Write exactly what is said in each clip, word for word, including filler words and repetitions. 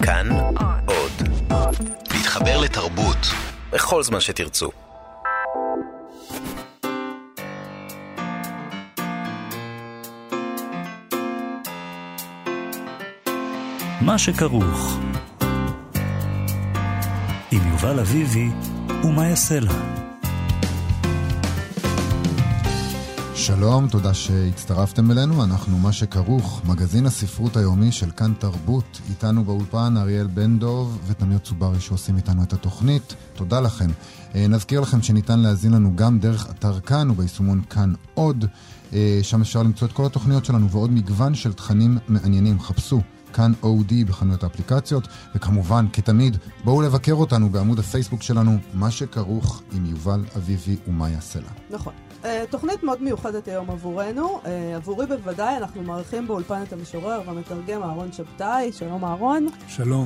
כאן עוד. להתחבר לתרבות בכל זמן שתרצו. מה שכרוך עם יובל אביבי ומה יעשה לה. שלום, תודה שהצטרפתם אלינו. אנחנו מה שכרוך, מגזין הספרות היומי של כאן תרבות. איתנו באולפן אריאל בן דוב ותמיר צוברי שעושים איתנו את התוכנית. תודה לכם. נזכיר לכם שניתן להזין לנו גם דרך אתר כאן וביישומון כאן עוד. שם אפשר למצוא את כל התוכניות שלנו ועוד מגוון של תכנים מעניינים. חפשו כאן אודי בחנויות האפליקציות, וכמובן, כתמיד, בואו לבקר אותנו בעמוד הפייסבוק שלנו, מה שכרוך עם יובל אביבי ומה יעשה לה. נכון. תוכנית מאוד מיוחדת היום עבורנו, עבורי בוודאי, אנחנו מעריכים באולפן את המשורר והמתרגם אהרון שבתאי. שלום אהרון. שלום.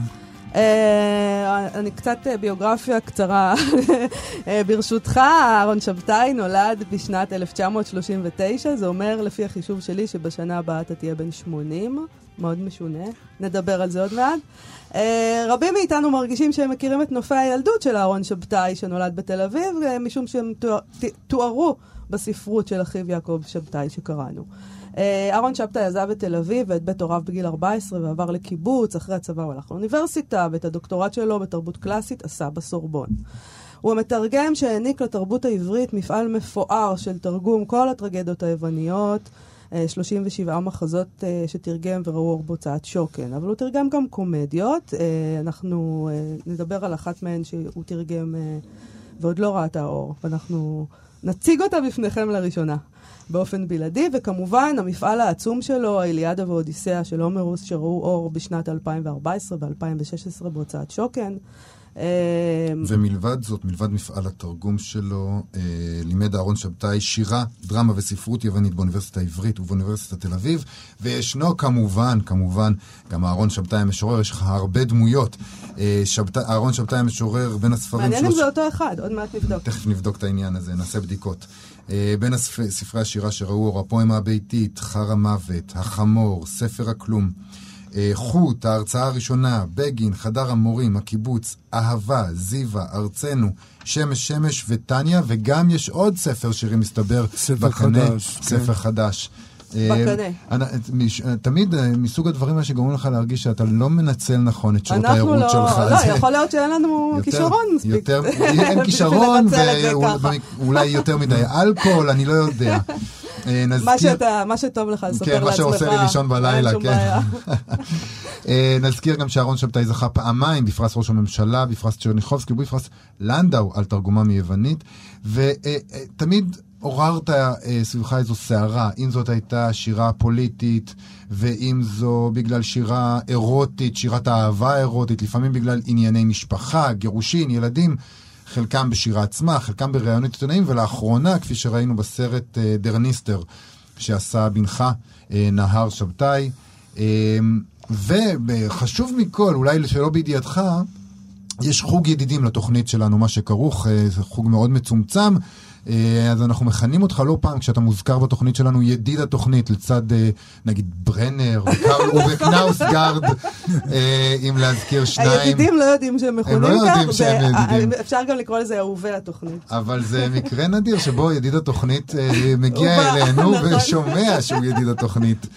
אני קצת ביוגרפיה קצרה ברשותך. אהרון שבתאי נולד בשנת אלף תשע מאות שלושים ותשע, זה אומר לפי החישוב שלי שבשנה הבאה אתה תהיה בן שמונים, מאוד משונה, נדבר על זה עוד מעט. רבים מאיתנו מרגישים שהם מכירים את נופי הילדות של אהרון שבתאי שנולד בתל אביב, משום שהם תוארו בספרות של אחיו יעקב שבתאי שקראנו. אהרון שבתאי עזב את תל אביב ואת בית הוריו בגיל ארבע עשרה ועבר לקיבוץ. אחרי הצבא הוא הלך לאוניברסיטה, ואת הדוקטורט שלו בתרבות קלאסית עשה בסורבון. הוא המתרגם שהעניק לתרבות העברית מפעל מפואר של תרגום כל הטרגדיות היווניות, שלושים ושבעה מחזות שתרגם וראו אור בהוצאת שוקן. אבל הוא תרגם גם קומדיות. אנחנו נדבר על אחת מהן שהוא תרגם ועוד לא ראתה האור, ואנחנו נציג אותה בפניכם לראשונה באופן בלעדי. וכמובן המפעל העצום שלו, האיליאדה ואודיסאה של הומרוס, שראו אור בשנת אלפיים וארבע עשרה ו-אלפיים ושש עשרה בהוצאת שוקן. ומלבד זאת, מלבד מפעל התרגום שלו, לימד אהרון שבתאי שירה, דרמה וספרות יוונית באוניברסיטה העברית ובאוניברסיטת תל אביב, וישנו כמובן, כמובן, גם אהרון שבתאי המשורר. יש לך הרבה דמויות. אהרון שבתאי המשורר בין הספרים... מעניין אם זה אותו אחד, עוד מעט נבדוק. תכף נבדוק את העניין הזה, נעשה בדיקות. בין ספרי השירה שראו אור, הפואמה הביתית, חר המוות, החמור, ספר הכלום, חוט, ההרצאה הראשונה, בגין, חדר המורים, הקיבוץ, אהבה, זיווה, ארצנו, שמש שמש וטניה, וגם יש עוד ספר שירים מסתבר ספר בקנה, חדש, ספר כן. חדש. בקנה. תמיד מסוג הדברים שגורמים לך להרגיש שאתה לא מנצל נכון את שעות העירות לא, שלך. לא, יכול להיות שאין לנו כישרון מספיק. אין כישרון, ואולי יותר מדי אלכוהול, אני לא יודע. מה שטוב לך לספר לעצמך. מה שעושה לי לישון בלילה, כן. נזכיר גם שאהרון שבתאי זכה פעמיים בפרס ראש הממשלה, בפרס צ'רניחובסקי ובפרס לנדאו על תרגומה מיוונית, ותמיד עוררת סביבך איזו שערה, אם זאת הייתה שירה פוליטית, ואם זו בגלל שירה אירוטית, שירת האהבה אירוטית, לפעמים בגלל ענייני משפחה, גירושין, ילדים, חלקם בשירה עצמה, חלקם בראיונות עיתונאים, ולאחרונה, כפי שראינו בסרט דרניסטר, שעשה בנך נהר שבתאי. וחשוב מכל, אולי שלא בידיעתך, יש חוג ידידים לתוכנית שלנו, מה שכרוך, זה חוג מאוד מצומצם, אז אנחנו מכנים אותך לא פעם, כשאתה מוזכר בתוכנית שלנו, ידיד התוכנית, לצד נגיד ברנר וקנאוסגרד, אם להזכיר שניים. הידידים לא יודעים שהם מכונים כך, הם לא יודעים שהם ידידים. אפשר גם לקרוא לזה אהובי התוכנית. אבל זה מקרה נדיר שבו ידיד התוכנית מגיע אלינו ושומע שהוא ידיד התוכנית.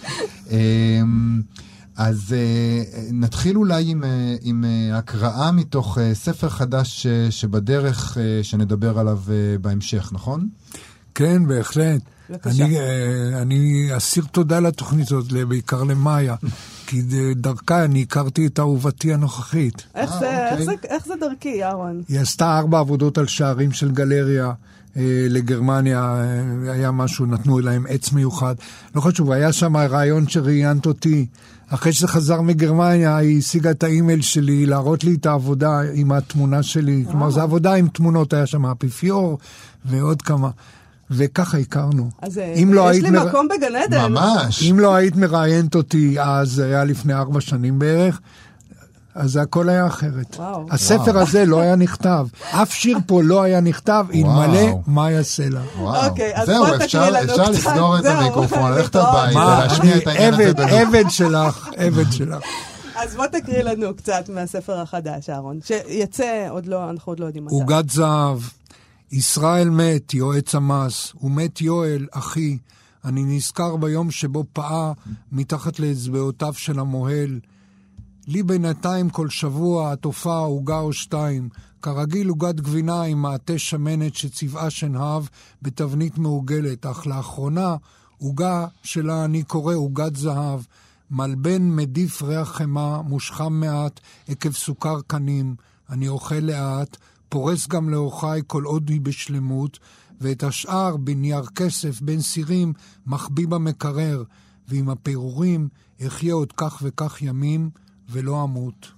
אז uh, נתחיל אולי עם, uh, עם uh, הקראה מתוך uh, ספר חדש uh, שבדרך uh, שנדבר עליו uh, בהמשך, נכון? כן, בהחלט. אני, uh, אני אסיר תודה לתוכנית הזאת, בעיקר למאיה, כי דרכה אני הכרתי את אהובתי הנוכחית. איך, זה, אה, איך, זה, איך זה דרכי, ירון? היא עשתה ארבע עבודות על שערים של גלריה, לגרמניה, היה משהו, נתנו להם עץ מיוחד. לא חשוב, היה שם רעיון שראיינת אותי. אחרי שזה חזר מגרמניה, היא השיגה את האימייל שלי, להראות לי את העבודה עם התמונה שלי. כלומר, זו עבודה עם תמונות, היה שם אפיפיור ועוד כמה. וככה הכרנו. אז יש לא לי מר... מקום בגן עדן. ממש. אם לא היית מראיינת אותי, אז היה לפני ארבע שנים בערך, אז הכל היה אחרת. וואו. הספר וואו. הזה לא היה נכתב. אף שיר פה לא היה נכתב, אלמלא מה יעשה לה. אוקיי, אז זהו, בוא אפשר, תקריא לנו אפשר קצת. לסגור את זהו, המיקרופון, ללכת להתראות. הבית, מה, ולהשמיע אני את העניין הזה עבד, בנו. עבד שלך, עבד שלך. אז בוא תקריא לנו קצת מהספר החדש, אהרון, שיצא, עוד לא, אנחנו עוד לא יודעים מתי. עוגת זהב, ישראל מת, יועץ המס, ומת יואל, אחי, אני נזכר ביום שבו פעה מתחת לאצבעותיו של המוהל. לי בינתיים כל שבוע התופעה עוגה או שתיים, כרגיל עוגת גבינה עם מעטה שמנת שצבעה שנהב בתבנית מעוגלת, אך לאחרונה עוגה שלה אני קורא עוגת זהב, מלבן מדיף ריח חמה, מושחם מעט, עקב סוכר קנים, אני אוכל לאט, פורס גם לאורחי כל עוד היא בשלמות, ואת השאר בנייר כסף בין סירים מחביא במקרר, ועם הפירורים אחיה עוד כך וכך ימים ולא אמות.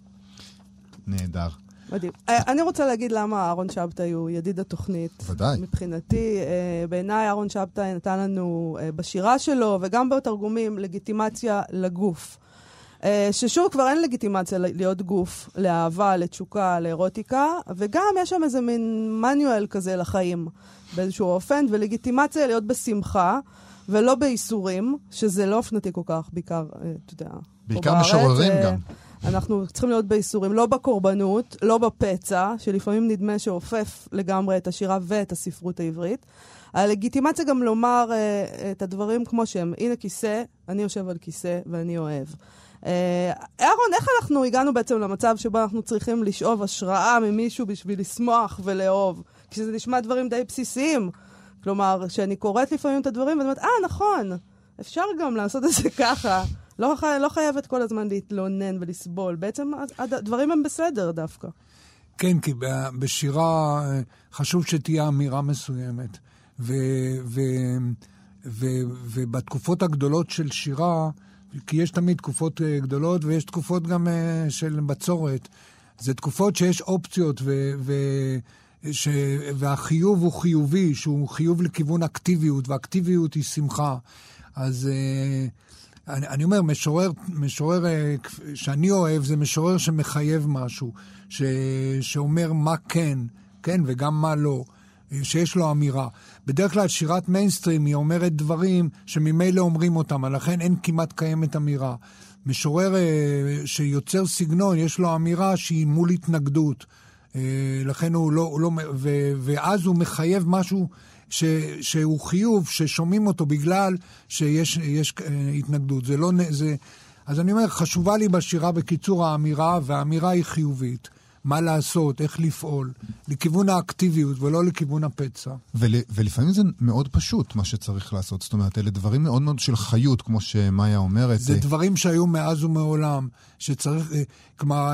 נהדר. מדהים. אני רוצה להגיד למה אהרון שבתאי הוא ידיד התוכנית. ודאי. מבחינתי, בעיניי אהרון שבתאי נתן לנו בשירה שלו וגם בתרגומים לגיטימציה לגוף. ששוב כבר אין לגיטימציה להיות גוף, לאהבה, לתשוקה, לאירוטיקה, וגם יש שם איזה מין מניואל כזה לחיים באיזשהו אופן, ולגיטימציה להיות בשמחה ולא באיסורים, שזה לא אופנתי כל כך, בעיקר, אתה יודע, בעיקר משוררים גם. אנחנו צריכים להיות באיסורים, לא בקורבנות, לא בפצע, שלפעמים נדמה שאופף לגמרי את השירה ואת הספרות העברית. הלגיטימציה גם לומר uh, את הדברים כמו שהם. הנה כיסא, אני יושב על כיסא ואני אוהב. Uh, אהרון, איך אנחנו הגענו בעצם למצב שבו אנחנו צריכים לשאוב השראה ממישהו בשביל לשמוח ולאהוב? כשזה נשמע דברים די בסיסיים. כלומר, שאני קוראת לפעמים את הדברים ואני אומרת, אה, נכון, אפשר גם לעשות את זה ככה. לא, חי... לא חייבת כל הזמן להתלונן ולסבול. בעצם הדברים הם בסדר דווקא. כן, כי בשירה חשוב שתהיה אמירה מסוימת. ו... ו... ו... ובתקופות הגדולות של שירה, כי יש תמיד תקופות גדולות ויש תקופות גם של בצורת. זה תקופות שיש אופציות ו... ו... ש... והחיוב הוא חיובי, שהוא חיוב לכיוון אקטיביות, ואקטיביות היא שמחה. אז... אני, אני אומר, משורר, משורר שאני אוהב, זה משורר שמחייב משהו, ש, שאומר מה כן, כן, וגם מה לא, שיש לו אמירה. בדרך כלל שירת מיינסטרים היא אומרת דברים שממילא אומרים אותם, לכן אין כמעט קיימת אמירה. משורר שיוצר סגנון, יש לו אמירה שהיא מול התנגדות, לכן הוא לא, הוא לא ו, ואז הוא מחייב משהו, ש, שהוא חיוב, ששומעים אותו בגלל שיש יש, אה, התנגדות. זה לא, זה, אז אני אומר, חשובה לי בשירה בקיצור האמירה, והאמירה היא חיובית. מה לעשות, איך לפעול, לכיוון האקטיביות ולא לכיוון הפצע. ול, ולפעמים זה מאוד פשוט מה שצריך לעשות. זאת אומרת, אלה דברים מאוד מאוד של חיות, כמו שמאיה אומרת. זה דברים שהיו מאז ומעולם, שצריך, כלומר,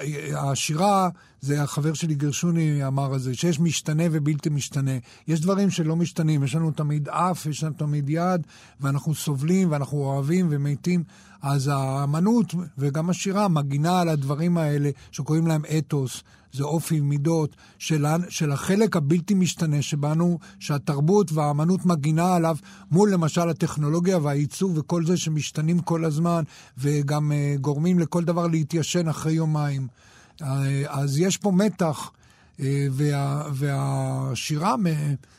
השירה, זה החבר שלי גרשוני אמר את זה, שיש משתנה ובלתי משתנה. יש דברים שלא משתנים, יש לנו תמיד אף, יש לנו תמיד יד, ואנחנו סובלים ואנחנו אוהבים ומתים. אז האמנות וגם השירה מגינה על הדברים האלה שקוראים להם אתוס, זה אופי מידות של, של החלק הבלתי משתנה שבנו, שהתרבות והאמנות מגינה עליו מול למשל הטכנולוגיה והעיצוב וכל זה שמשתנים כל הזמן וגם uh, גורמים לכל דבר להתיישן אחרי יומיים. Uh, אז יש פה מתח uh, וה, והשירה מ...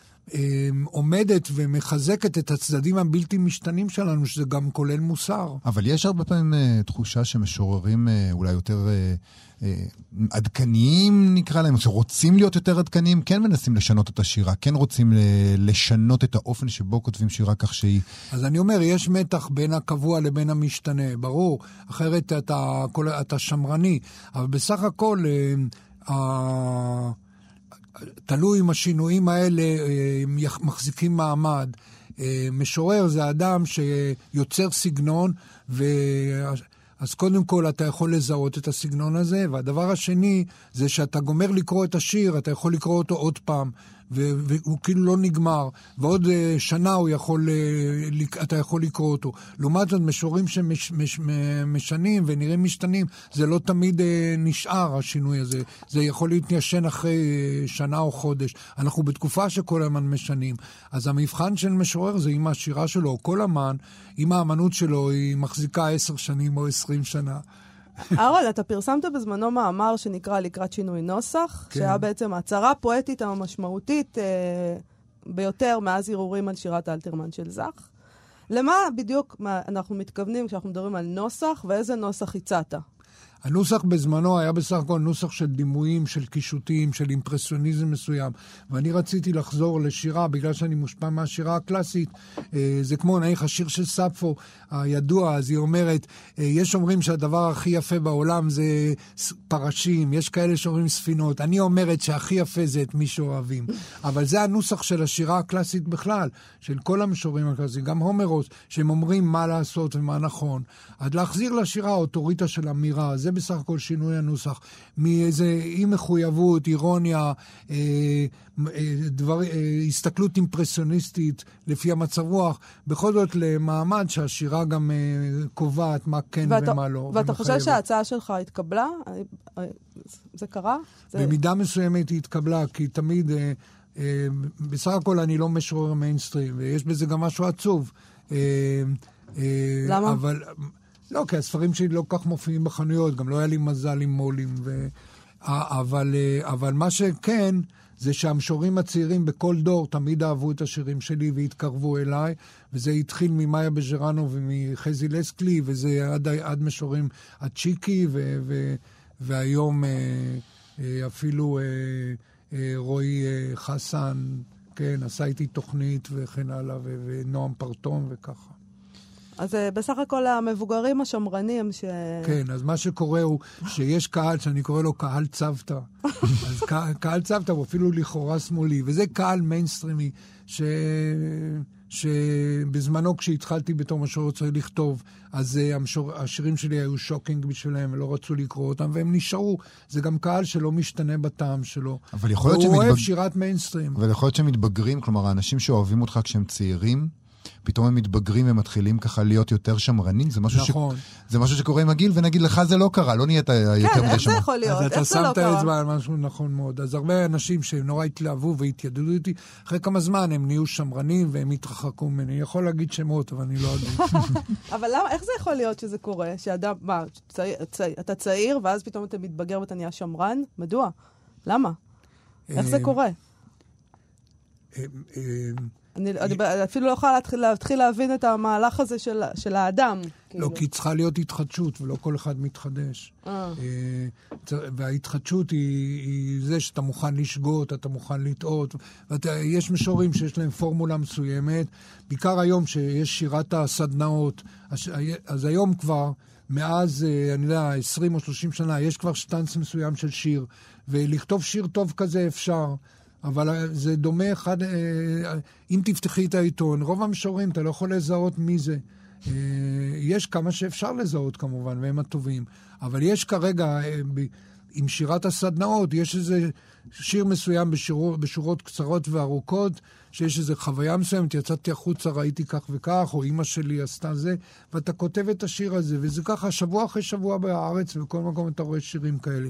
עומדת ומחזקת את הצדדים הבלתי משתנים שלנו, שזה גם כולל מוסר. אבל יש הרבה פעמים תחושה שמשוררים אולי יותר עדכניים נקרא להם, שרוצים להיות יותר עדכניים, כן מנסים לשנות את השירה, כן רוצים לשנות את האופן שבו כותבים שירה כך שהיא... אז אני אומר, יש מתח בין הקבוע לבין המשתנה, ברור, אחרת אתה, אתה שמרני, אבל בסך הכל... תלוי אם השינויים האלה מחזיקים מעמד. משורר זה אדם שיוצר סגנון, אז קודם כל אתה יכול לזהות את הסגנון הזה, והדבר השני זה שאתה גומר לקרוא את השיר, אתה יכול לקרוא אותו עוד פעם, והוא כאילו לא נגמר, ועוד שנה הוא יכול, אתה יכול לקרוא אותו. לעומת זאת, משוררים שמשנים ונראים משתנים, זה לא תמיד נשאר השינוי הזה. זה יכול להתיישן אחרי שנה או חודש. אנחנו בתקופה שכל הזמן משנים. אז המבחן של משורר זה אם השירה שלו, או כל אמן, אם האמנות שלו היא מחזיקה עשר שנים או עשרים שנה. אהרון, אתה פרסמת בזמנו מאמר שנקרא לקראת שינוי נוסח, כן. שהיה בעצם ההצהרה הפואטית המשמעותית אה, ביותר מאז ערעורים על שירת אלתרמן של זך. למה בדיוק מה, אנחנו מתכוונים כשאנחנו מדברים על נוסח, ואיזה נוסח הצעת? הנוסח בזמנו היה בסך הכל נוסח של דימויים, של קישוטים, של אימפרסיוניזם מסוים, ואני רציתי לחזור לשירה, בגלל שאני מושפע מהשירה הקלאסית. זה כמו נניח השיר של ספפו הידוע, אז היא אומרת, יש אומרים שהדבר הכי יפה בעולם זה פרשים, יש כאלה שאומרים ספינות, אני אומרת שהכי יפה זה את מי שאוהבים. אבל זה הנוסח של השירה הקלאסית בכלל, של כל המשוררים הקלאסיים, גם הומרוס, שהם אומרים מה לעשות ומה נכון. עד להחזיר לשירה האוטוריטה של אמירה, זה בסך הכל שינוי הנוסח, מאיזה אי מחויבות, אירוניה, אה, אה, דבר, אה, הסתכלות אימפרסיוניסטית לפי המצב רוח, בכל זאת למעמד שהשירה גם אה, קובעת מה כן ואתה, ומה לא. ואתה חושב שההצעה שלך התקבלה? זה קרה? במידה זה... מסוימת היא התקבלה, כי תמיד, אה, אה, בסך הכל אני לא משורר מיינסטרים, ויש בזה גם משהו עצוב. אה, אה, למה? אבל... לא, כי הספרים שלי לא כך מופיעים בחנויות, גם לא היה לי מזל עם מולים. ו... אבל, אבל מה שכן, זה שהמשוררים הצעירים בכל דור תמיד אהבו את השירים שלי והתקרבו אליי, וזה התחיל ממאיה בז'רנו ומחזי לסקלי, וזה עד, עד משוררים הצ'יקי, ו, ו, והיום אפילו רועי חסן, כן, עשה איתי תוכנית וכן הלאה, ונועם פרטון וככה. אז בסך הכל המבוגרים השמרנים ש... כן, אז מה שקורה הוא שיש קהל שאני קורא לו קהל צוותא. אז קהל, קהל צוותא הוא אפילו לכאורה שמאלי, וזה קהל מיינסטרימי ש... שבזמנו כשהתחלתי בתור משורר צריך לכתוב, אז המשור... השירים שלי היו שוקינג בשבילם, ולא רצו לקרוא אותם, והם נשארו. זה גם קהל שלא משתנה בטעם שלו. אבל יכול להיות והוא שמתבג... אוהב שירת מיינסטרים. אבל יכול להיות שמתבגרים, כלומר, האנשים שאוהבים אותך כשהם צעירים, פתאום הם מתבגרים ומתחילים ככה להיות יותר שמרנים, זה משהו, נכון. ש... זה משהו שקורה עם הגיל, ונגיד לך זה לא קרה, לא נהיית יותר מדי שמרן. כן, איך זה יכול להיות? אז אתה שמת אצבע על משהו נכון מאוד. אז הרבה אנשים שהם נורא התלהבו והתיידדו איתי, אחרי כמה זמן הם נהיו שמרנים והם התרחקו ממני. אני יכול להגיד שמות, אבל אני לא אגיד. אבל למה, איך זה יכול להיות שזה קורה? שאדם, מה, צעיר, צעיר, אתה צעיר, ואז פתאום אתה מתבגר ואתה נהיה שמרן? מדוע? למה? איך זה קורה? אני, אני אפילו לא יכולה להתחיל, להתחיל להבין את המהלך הזה של, של האדם. לא, כאילו. כי צריכה להיות התחדשות, ולא כל אחד מתחדש. אה. וההתחדשות היא, היא זה שאתה מוכן לשגות, אתה מוכן לטעות. יש משוררים שיש להם פורמולה מסוימת, בעיקר היום שיש שירת הסדנאות, אז היום כבר, מאז, אני יודע, עשרים או שלושים שנה, יש כבר שטנץ מסוים של שיר, ולכתוב שיר טוב כזה אפשר. אבל זה דומה אחד, אם תפתחי את העיתון, רוב המשוררים, אתה לא יכול לזהות מי זה. יש כמה שאפשר לזהות כמובן, והם הטובים. אבל יש כרגע, עם שירת הסדנאות, יש איזה שיר מסוים בשירות, בשורות קצרות וארוכות, שיש איזו חוויה מסוימת, יצאתי החוצה, ראיתי כך וכך, או אמא שלי עשתה זה, ואתה כותב את השיר הזה, וזה ככה שבוע אחרי שבוע בארץ, ובכל מקום אתה רואה שירים כאלה.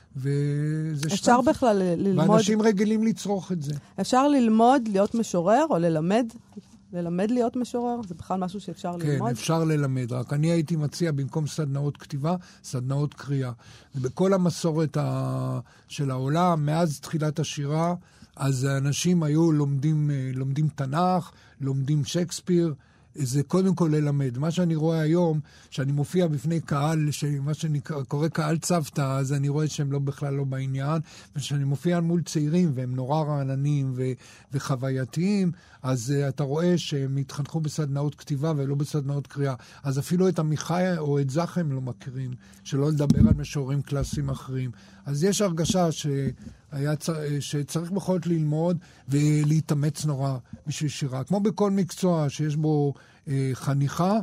אפשר בכלל ללמוד... ואנשים רגילים לצרוך את זה. אפשר ללמוד להיות משורר או ללמד? ללמד להיות משורר? זה בכלל משהו שאפשר כן, ללמוד? כן, אפשר ללמד. רק אני הייתי מציע במקום סדנאות כתיבה, סדנאות קריאה. ובכל המסורת ה... של העולם, מאז תחילת השירה, אז האנשים היו לומדים, לומדים תנ"ך, לומדים שייקספיר, זה קודם כל ללמד. מה שאני רואה היום, שאני מופיע בפני קהל, מה שקורא קהל צוותא, אז אני רואה שהם לא בכלל לא בעניין, וכשאני מופיע מול צעירים, והם נורא רעננים ו- וחווייתיים, אז uh, אתה רואה שהם התחנכו בסדנאות כתיבה ולא בסדנאות קריאה. אז אפילו את עמיחי או את זך הם לא מכירים, שלא לדבר על משוררים קלאסיים אחרים. אז יש הרגשה ש... היה צר... שצריך בכל זאת ללמוד ולהתאמץ נורא בשביל שירה. כמו בכל מקצוע שיש בו אה, חניכה,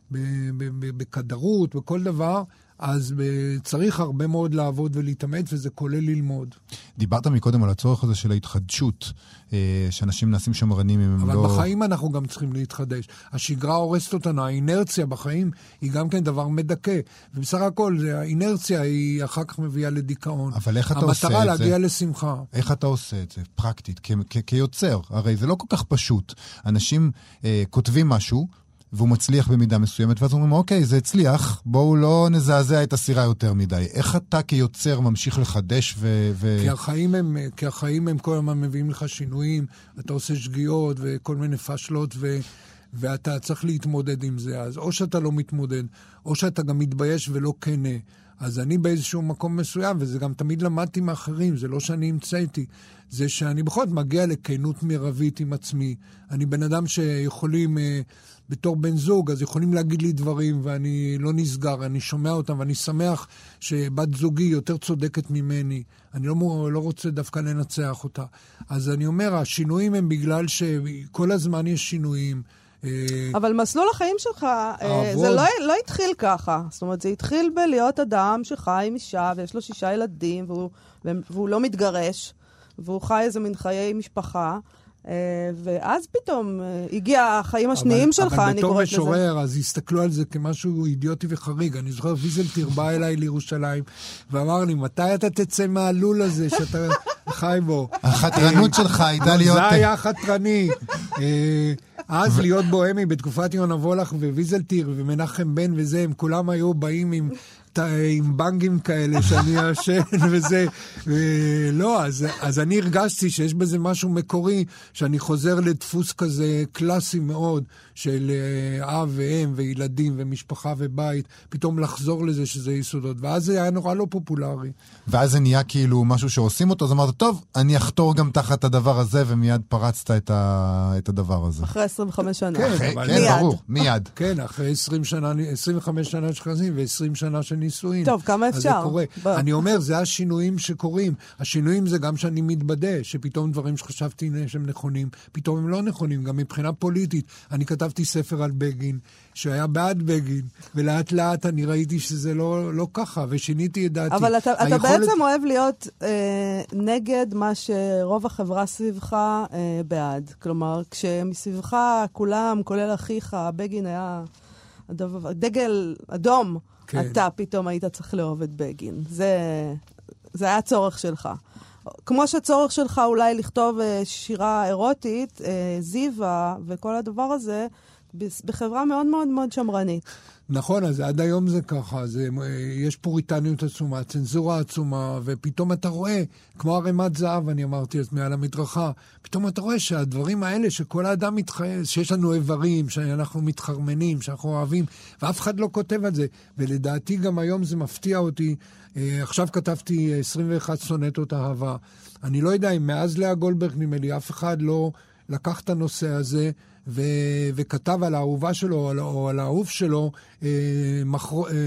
בכדרות, בכל דבר, אז צריך הרבה מאוד לעבוד ולהתאמץ, וזה כולל ללמוד. דיברת מקודם על הצורך הזה של ההתחדשות, שאנשים נעשים שמרנים אם הם אבל לא... אבל בחיים אנחנו גם צריכים להתחדש. השגרה הורסת אותנו, האינרציה בחיים היא גם כן דבר מדכא. ובסך הכל, האינרציה היא אחר כך מביאה לדיכאון. אבל איך אתה עושה את זה? המטרה להגיע לשמחה. איך אתה עושה את זה? פרקטית, כ- כ- כיוצר. הרי זה לא כל כך פשוט. אנשים אה, כותבים משהו, והוא מצליח במידה מסוימת, ואז אומרים, אוקיי, זה הצליח, בואו לא נזעזע את הסירה יותר מדי. איך אתה כיוצר ממשיך לחדש ו... ו... כי החיים הם, כי החיים הם כל הזמן מביאים לך שינויים, אתה עושה שגיאות וכל מיני פשלות, ו... ואתה צריך להתמודד עם זה. אז או שאתה לא מתמודד, או שאתה גם מתבייש ולא כנה. אז אני באיזשהו מקום מסוים, וזה גם תמיד למדתי מאחרים, זה לא שאני המצאתי, זה שאני בכל זאת מגיע לכנות מרבית עם עצמי. אני בן אדם שיכולים, אה, בתור בן זוג, אז יכולים להגיד לי דברים, ואני לא נסגר, אני שומע אותם, ואני שמח שבת זוגי יותר צודקת ממני. אני לא, לא רוצה דווקא לנצח אותה. אז אני אומר, השינויים הם בגלל שכל הזמן יש שינויים, אבל מסלול החיים שלך, זה לא, לא התחיל ככה. זאת אומרת, זה התחיל בלהיות אדם שחי עם אישה, ויש לו שישה ילדים, והוא, והוא לא מתגרש, והוא חי איזה מין חיי משפחה, ואז פתאום הגיע החיים השניים שלך, אני קוראת לזה. אבל בתור משורר, אז הסתכלו על זה כמשהו אידיוטי וחריג. אני זוכר, ויזלטיר בא אליי לירושלים, ואמר לי, מתי אתה תצא מהלול הזה שאתה חי בו? החתרנות שלך הייתה להיות... זה היה חתרני. אז להיות בוהמי בתקופת יונה וולך וויזלטיר ומנחם בן וזה, הם כולם היו באים עם... עם בנגים כאלה שאני אשן וזה, לא, אז, אז אני הרגשתי שיש בזה משהו מקורי, שאני חוזר לדפוס כזה קלאסי מאוד, של אב ואם וילדים ומשפחה ובית, פתאום לחזור לזה שזה יסודות, ואז זה היה נורא לא פופולרי. ואז זה נהיה כאילו משהו שעושים אותו, אז אמרת, טוב, אני אחתור גם תחת הדבר הזה, ומיד פרצת את, ה, את הדבר הזה. אחרי עשרים וחמש שנה. כן, אחרי, אבל כן מיד. ברור, מיד. כן, אחרי עשרים שנה, עשרים וחמש שנה שחזים ו-עשרים שנה של נישואין. טוב, כמה אפשר? אז זה קורה. אני אומר, זה השינויים שקורים. השינויים זה גם שאני מתבדה, שפתאום דברים שחשבתי שהם נכונים, פתאום הם לא נכונים, גם מבחינה פוליטית. אני כתבתי ספר על בגין, שהיה בעד בגין, ולאט לאט אני ראיתי שזה לא, לא ככה, ושיניתי את דעתי. אבל אתה, היכולת... אתה בעצם אוהב להיות אה, נגד מה שרוב החברה סביבך אה, בעד. כלומר, כשמסביבך כולם, כולל אחיך, בגין היה הדבר, דגל אדום, כן. אתה פתאום היית צריך לאהוב את בגין. זה, זה היה צורך שלך. כמו שצורך שלך אולי לכתוב שירה אירוטית, זיווה וכל הדבר הזה, בחברה מאוד מאוד מאוד שמרנית. נכון, אז עד היום זה ככה, זה, יש פוריטניות עצומה, צנזורה עצומה, ופתאום אתה רואה, כמו הרמת זהב, אני אמרתי אז מעל המדרכה, פתאום אתה רואה שהדברים האלה שכל האדם מתחייב, שיש לנו איברים, שאנחנו מתחרמנים, שאנחנו אוהבים, ואף אחד לא כותב על זה, ולדעתי גם היום זה מפתיע אותי, עכשיו כתבתי עשרים ואחת סונטות אהבה, אני לא יודע אם מאז לאה גולדברג נדמה לי, אף אחד לא לקח את הנושא הזה, ו... וכתב על האהובה שלו או על, או על האהוב שלו אה, מחר... אה,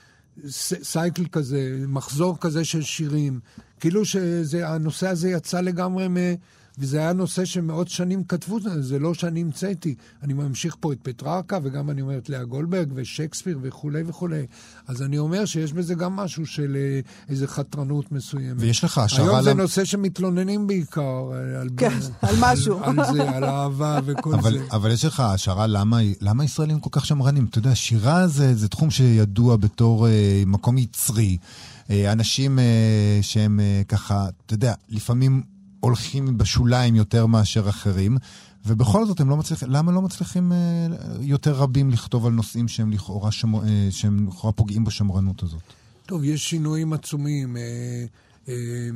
ס... סייקל כזה, מחזור כזה של שירים. כאילו שהנושא הזה יצא לגמרי מ... וזה היה נושא שמאות שנים כתבו, זה לא שאני המצאתי. אני ממשיך פה את פטררקה, וגם אני אומרת לאה גולדברג ושייקספיר וכו' וכו'. אז אני אומר שיש בזה גם משהו של איזו חתרנות מסוימת. ויש לך השערה... היום זה נושא שמתלוננים בעיקר על, כן, על משהו. על, על זה, על האהבה וכל אבל, זה. אבל יש לך השערה למה, למה ישראלים כל כך שמרנים? אתה יודע, שירה זה, זה תחום שידוע בתור אה, מקום יצרי. אה, אנשים אה, שהם אה, ככה, אתה יודע, לפעמים... הולכים בשוליים יותר מאשר אחרים, ובכל זאת הם לא מצליחים, למה לא מצליחים אה, יותר רבים לכתוב על נושאים שהם לכאורה, שמ, אה, שהם לכאורה פוגעים בשמרנות הזאת? טוב, יש שינויים עצומים, אה, אה,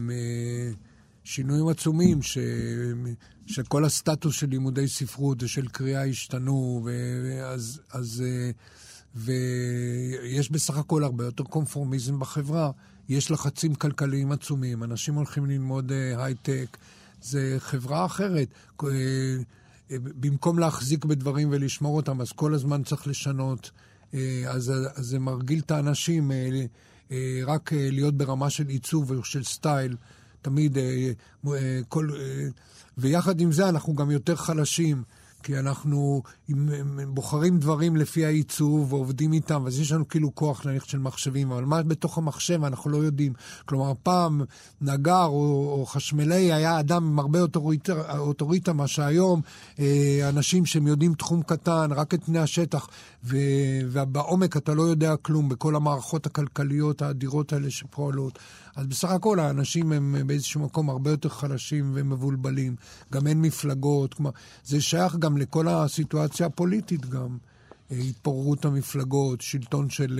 אה, שינויים עצומים ש, שכל הסטטוס של לימודי ספרות ושל קריאה השתנו, ואז, אז, אה, ויש בסך הכל הרבה יותר קונפורמיזם בחברה, יש לחצים כלכליים עצומים, אנשים הולכים ללמוד uh, הייטק, זה חברה אחרת. Uh, uh, במקום להחזיק בדברים ולשמור אותם, אז כל הזמן צריך לשנות. Uh, אז, אז זה מרגיל את האנשים uh, uh, רק uh, להיות ברמה של עיצוב ושל סטייל, תמיד. Uh, uh, כל, uh, ויחד עם זה אנחנו גם יותר חלשים, כי אנחנו בוחרים דברים לפי העיצוב ועובדים איתם, אז יש לנו כאילו כוח נניח של מחשבים, אבל מה בתוך המחשב אנחנו לא יודעים. כלומר, פעם נגר או, או חשמלי היה אדם עם הרבה אוטוריטה, אוטוריטה מה שהיום, אה, אנשים שהם יודעים תחום קטן, רק את פני השטח, ו, ובעומק אתה לא יודע כלום, בכל המערכות הכלכליות האדירות האלה שפועלות. אז בסך הכל האנשים הם באיזשהו מקום הרבה יותר חלשים ומבולבלים. גם אין מפלגות. כלומר, זה שייך גם לכל הסיטואציה הפוליטית גם. התפוררות המפלגות, שלטון של,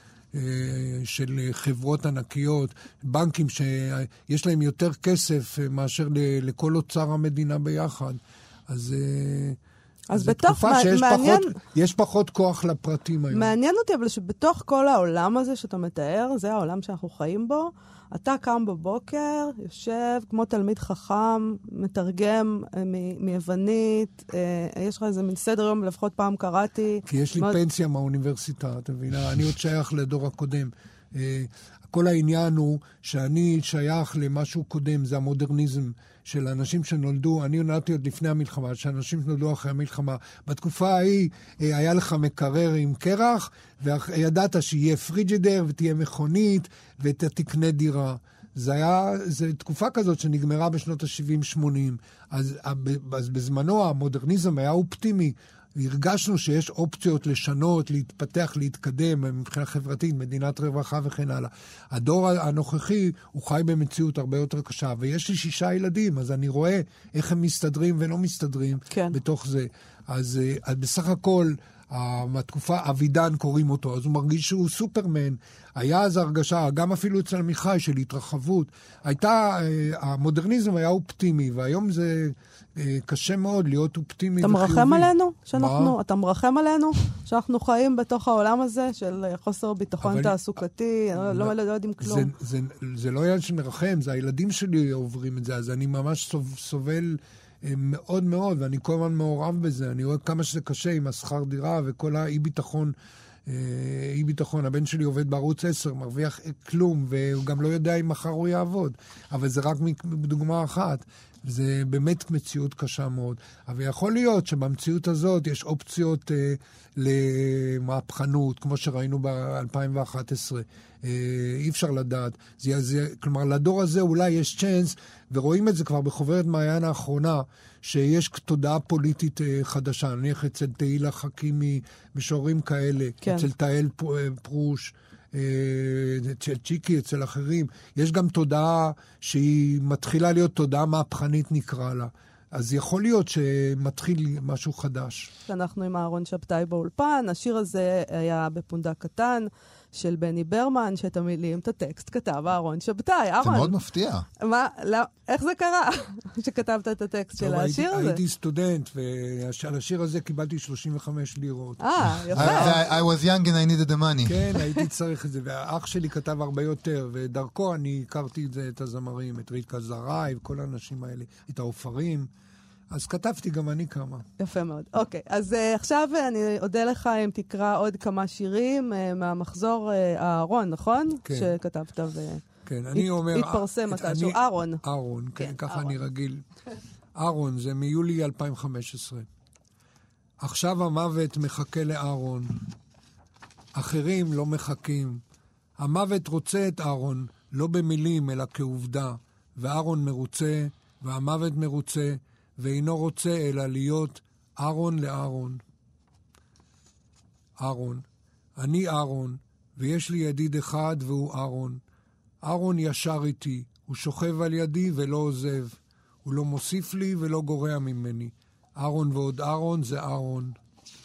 של חברות ענקיות, בנקים שיש להם יותר כסף מאשר לכל אוצר המדינה ביחד. אז אז בתוך, מעניין... פחות, יש פחות כוח לפרטים היום. מעניין אותי, אבל שבתוך כל העולם הזה שאתה מתאר, זה העולם שאנחנו חיים בו, אתה קם בבוקר, יושב כמו תלמיד חכם, מתרגם מ- מיוונית, אה, יש לך איזה מין סדר יום, לפחות פעם קראתי. כי יש לי מאוד... פנסיה מהאוניברסיטה, אתה מבינה? אני עוד שייך לדור הקודם. אה, כל העניין הוא שאני שייך למשהו קודם, זה המודרניזם של אנשים שנולדו, אני נולדתי עוד לפני המלחמה, שאנשים שנולדו אחרי המלחמה. בתקופה ההיא היה לך מקרר עם קרח, וידעת שיהיה פריג'ידר ותהיה מכונית, ותקנה דירה. זה היה, זו תקופה כזאת שנגמרה בשנות ה-שבעים שמונים. אז, אז בזמנו המודרניזם היה אופטימי. הרגשנו שיש אופציות לשנות, להתפתח, להתקדם מבחינה חברתית, מדינת רווחה וכן הלאה. הדור הנוכחי הוא חי במציאות הרבה יותר קשה, ויש לי שישה ילדים, אז אני רואה איך הם מסתדרים ולא מסתדרים כן. בתוך זה. אז, אז בסך הכל, התקופה, אבידן קוראים אותו, אז הוא מרגיש שהוא סופרמן. היה אז הרגשה, גם אפילו אצל עמיחי של התרחבות. הייתה, המודרניזם היה אופטימי, והיום זה קשה מאוד להיות אופטימי וחיובי. אתה מרחם עלינו? שאנחנו, אתה מרחם עלינו? שאנחנו חיים בתוך העולם הזה של חוסר ביטחון אבל... תעסוקתי, לא, לא, לא יודעים כלום. זה, זה, זה לא ילד שמרחם, זה הילדים שלי עוברים את זה, אז אני ממש סוב, סובל מאוד מאוד, ואני כל הזמן מעורב בזה. אני רואה כמה שזה קשה עם השכר דירה וכל האי ביטחון, אי ביטחון. הבן שלי עובד בערוץ עשר, מרוויח כלום, והוא גם לא יודע אם מחר הוא יעבוד. אבל זה רק דוגמה אחת. זה באמת מציאות קשה מאוד. אבל יכול להיות שבמציאות הזאת יש אופציות אה, למהפכנות, כמו שראינו ב-אלפיים ואחת עשרה. אה, אי אפשר לדעת. זה, זה, כלומר, לדור הזה אולי יש צ'אנס, ורואים את זה כבר בחוברת מעיין האחרונה, שיש תודעה פוליטית אה, חדשה. נניח אצל תהילה חכימי, משוררים כאלה, כן. אצל תהל פרוש, אצל צ'יקי, אצל אחרים. יש גם תודעה שהיא מתחילה להיות תודעה מהפכנית נקרא לה. אז יכול להיות שמתחיל משהו חדש. אנחנו עם אהרון שבתאי באולפן, השיר הזה היה בפונדק קטן של בני ברמן, שאת המילים, את הטקסט כתב אהרון שבתאי. זה מאוד מפתיע. מה, לא, איך זה קרה שכתבת את הטקסט של השיר הזה? הייתי סטודנט, ועל השיר הזה קיבלתי שלושים וחמש לירות. אה, יפה. I was young and I needed the money. כן, הייתי צריך את זה, והאח שלי כתב הרבה יותר, ודרכו אני הכרתי את זה, את הזמרים, את ריקה זרעי, וכל האנשים האלה, את האופרים. אז כתבתי גם אני כמה. יפה מאוד. אוקיי, אז uh, עכשיו אני אודה לך אם תקרא עוד כמה שירים uh, מהמחזור uh, אהרון, נכון? כן. שכתבת ו... כן, אני אומר... התפרסם מתישהו. אהרון. אהרון, כן, כן ככה אהרון. אני רגיל. אהרון, זה מיולי אלפיים וחמש עשרה. עכשיו המוות מחכה לאהרון. אחרים לא מחכים. המוות רוצה את אהרון, לא במילים אלא כעובדה. ואהרון מרוצה, והמוות מרוצה, ואינו רוצה אלא להיות אהרון לאהרון. אהרון. אני אהרון, ויש לי ידיד אחד והוא אהרון. אהרון ישר איתי, הוא שוכב על ידי ולא עוזב. הוא לא מוסיף לי ולא גורע ממני. אהרון ועוד אהרון זה אהרון.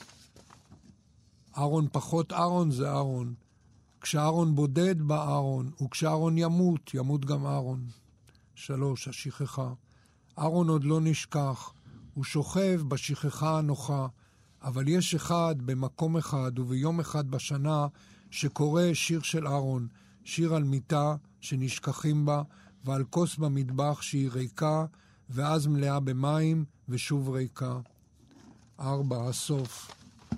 אהרון פחות אהרון זה אהרון. כשאהרון בודד בא אהרון, וכשאהרון ימות, ימות גם אהרון. שלוש, השכחה. אהרון עוד לא נשכח, הוא שוכב בשכחה הנוחה, אבל יש אחד במקום אחד וביום אחד בשנה שקורא שיר של אהרון, שיר על מיטה שנשכחים בה, ועל כוס במטבח שהיא ריקה, ואז מלאה במים ושוב ריקה. ארבע, הסוף.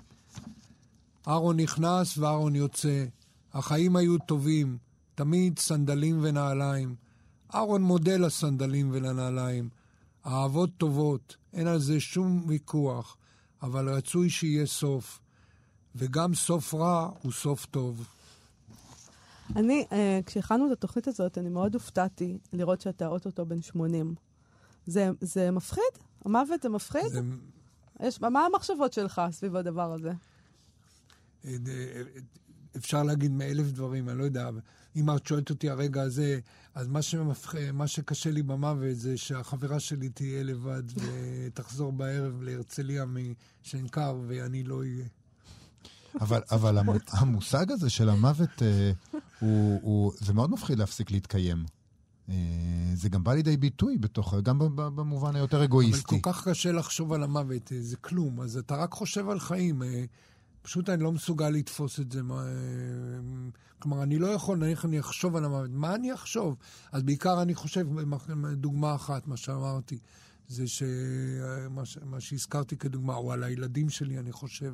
אהרון נכנס ואהרון יוצא. החיים היו טובים, תמיד סנדלים ונעליים. אהרון מודה לסנדלים ולנעליים. אהבות טובות, אין על זה שום ויכוח, אבל רצוי שיהיה סוף. וגם סוף רע הוא סוף טוב. אני, אה, כשהכנו את התוכנית הזאת, אני מאוד הופתעתי לראות שאתה אוטוטו בן שמונים. זה, זה מפחיד? המוות זה מפחיד? זה... יש, מה המחשבות שלך סביב הדבר הזה? אפשר להגיד מאלף דברים, אני לא יודע. אם את שואלת אותי הרגע הזה, אז מה, שמפח... מה שקשה לי במוות זה שהחברה שלי תהיה לבד ותחזור בערב להרצליה משנקר ואני לא אהיה. אבל, אבל המושג הזה של המוות, הוא, הוא, זה מאוד מפחיד להפסיק להתקיים. זה גם בא לידי ביטוי בתוך, גם במובן היותר אגואיסטי. אבל כל כך קשה לחשוב על המוות, זה כלום, אז אתה רק חושב על חיים, פשוט אני לא מסוגל לתפוס את זה. כלומר, אני לא יכול, נניח אני אחשוב על המוות. מה אני אחשוב? אז בעיקר אני חושב, דוגמה אחת, מה שאמרתי, זה שמה, מה שהזכרתי כדוגמה, או על הילדים שלי, אני חושב.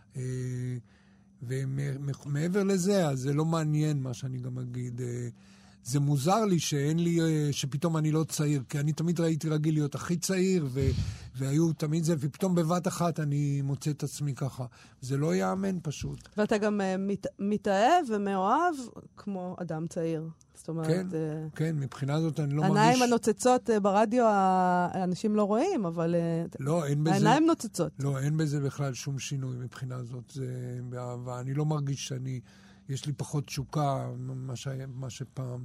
ומעבר לזה, אז זה לא מעניין מה שאני גם אגיד. זה מוזר לי שאין לי, שפתאום אני לא צעיר, כי אני תמיד ראיתי רגיל להיות הכי צעיר, ו, והיו תמיד זה, ופתאום בבת אחת אני מוצא את עצמי ככה. זה לא יאמן פשוט. ואתה גם מת, מתאהב ומאוהב כמו אדם צעיר. זאת אומרת... כן, uh, כן, מבחינה זאת אני לא מרגיש... העיניים הנוצצות uh, ברדיו, האנשים לא רואים, אבל... Uh, לא, אין בזה... העיניים נוצצות. לא, אין בזה בכלל שום שינוי מבחינה זאת. זה באהבה. אני לא מרגיש שאני... יש לי פחות תשוקה, מה, ש... מה שפעם.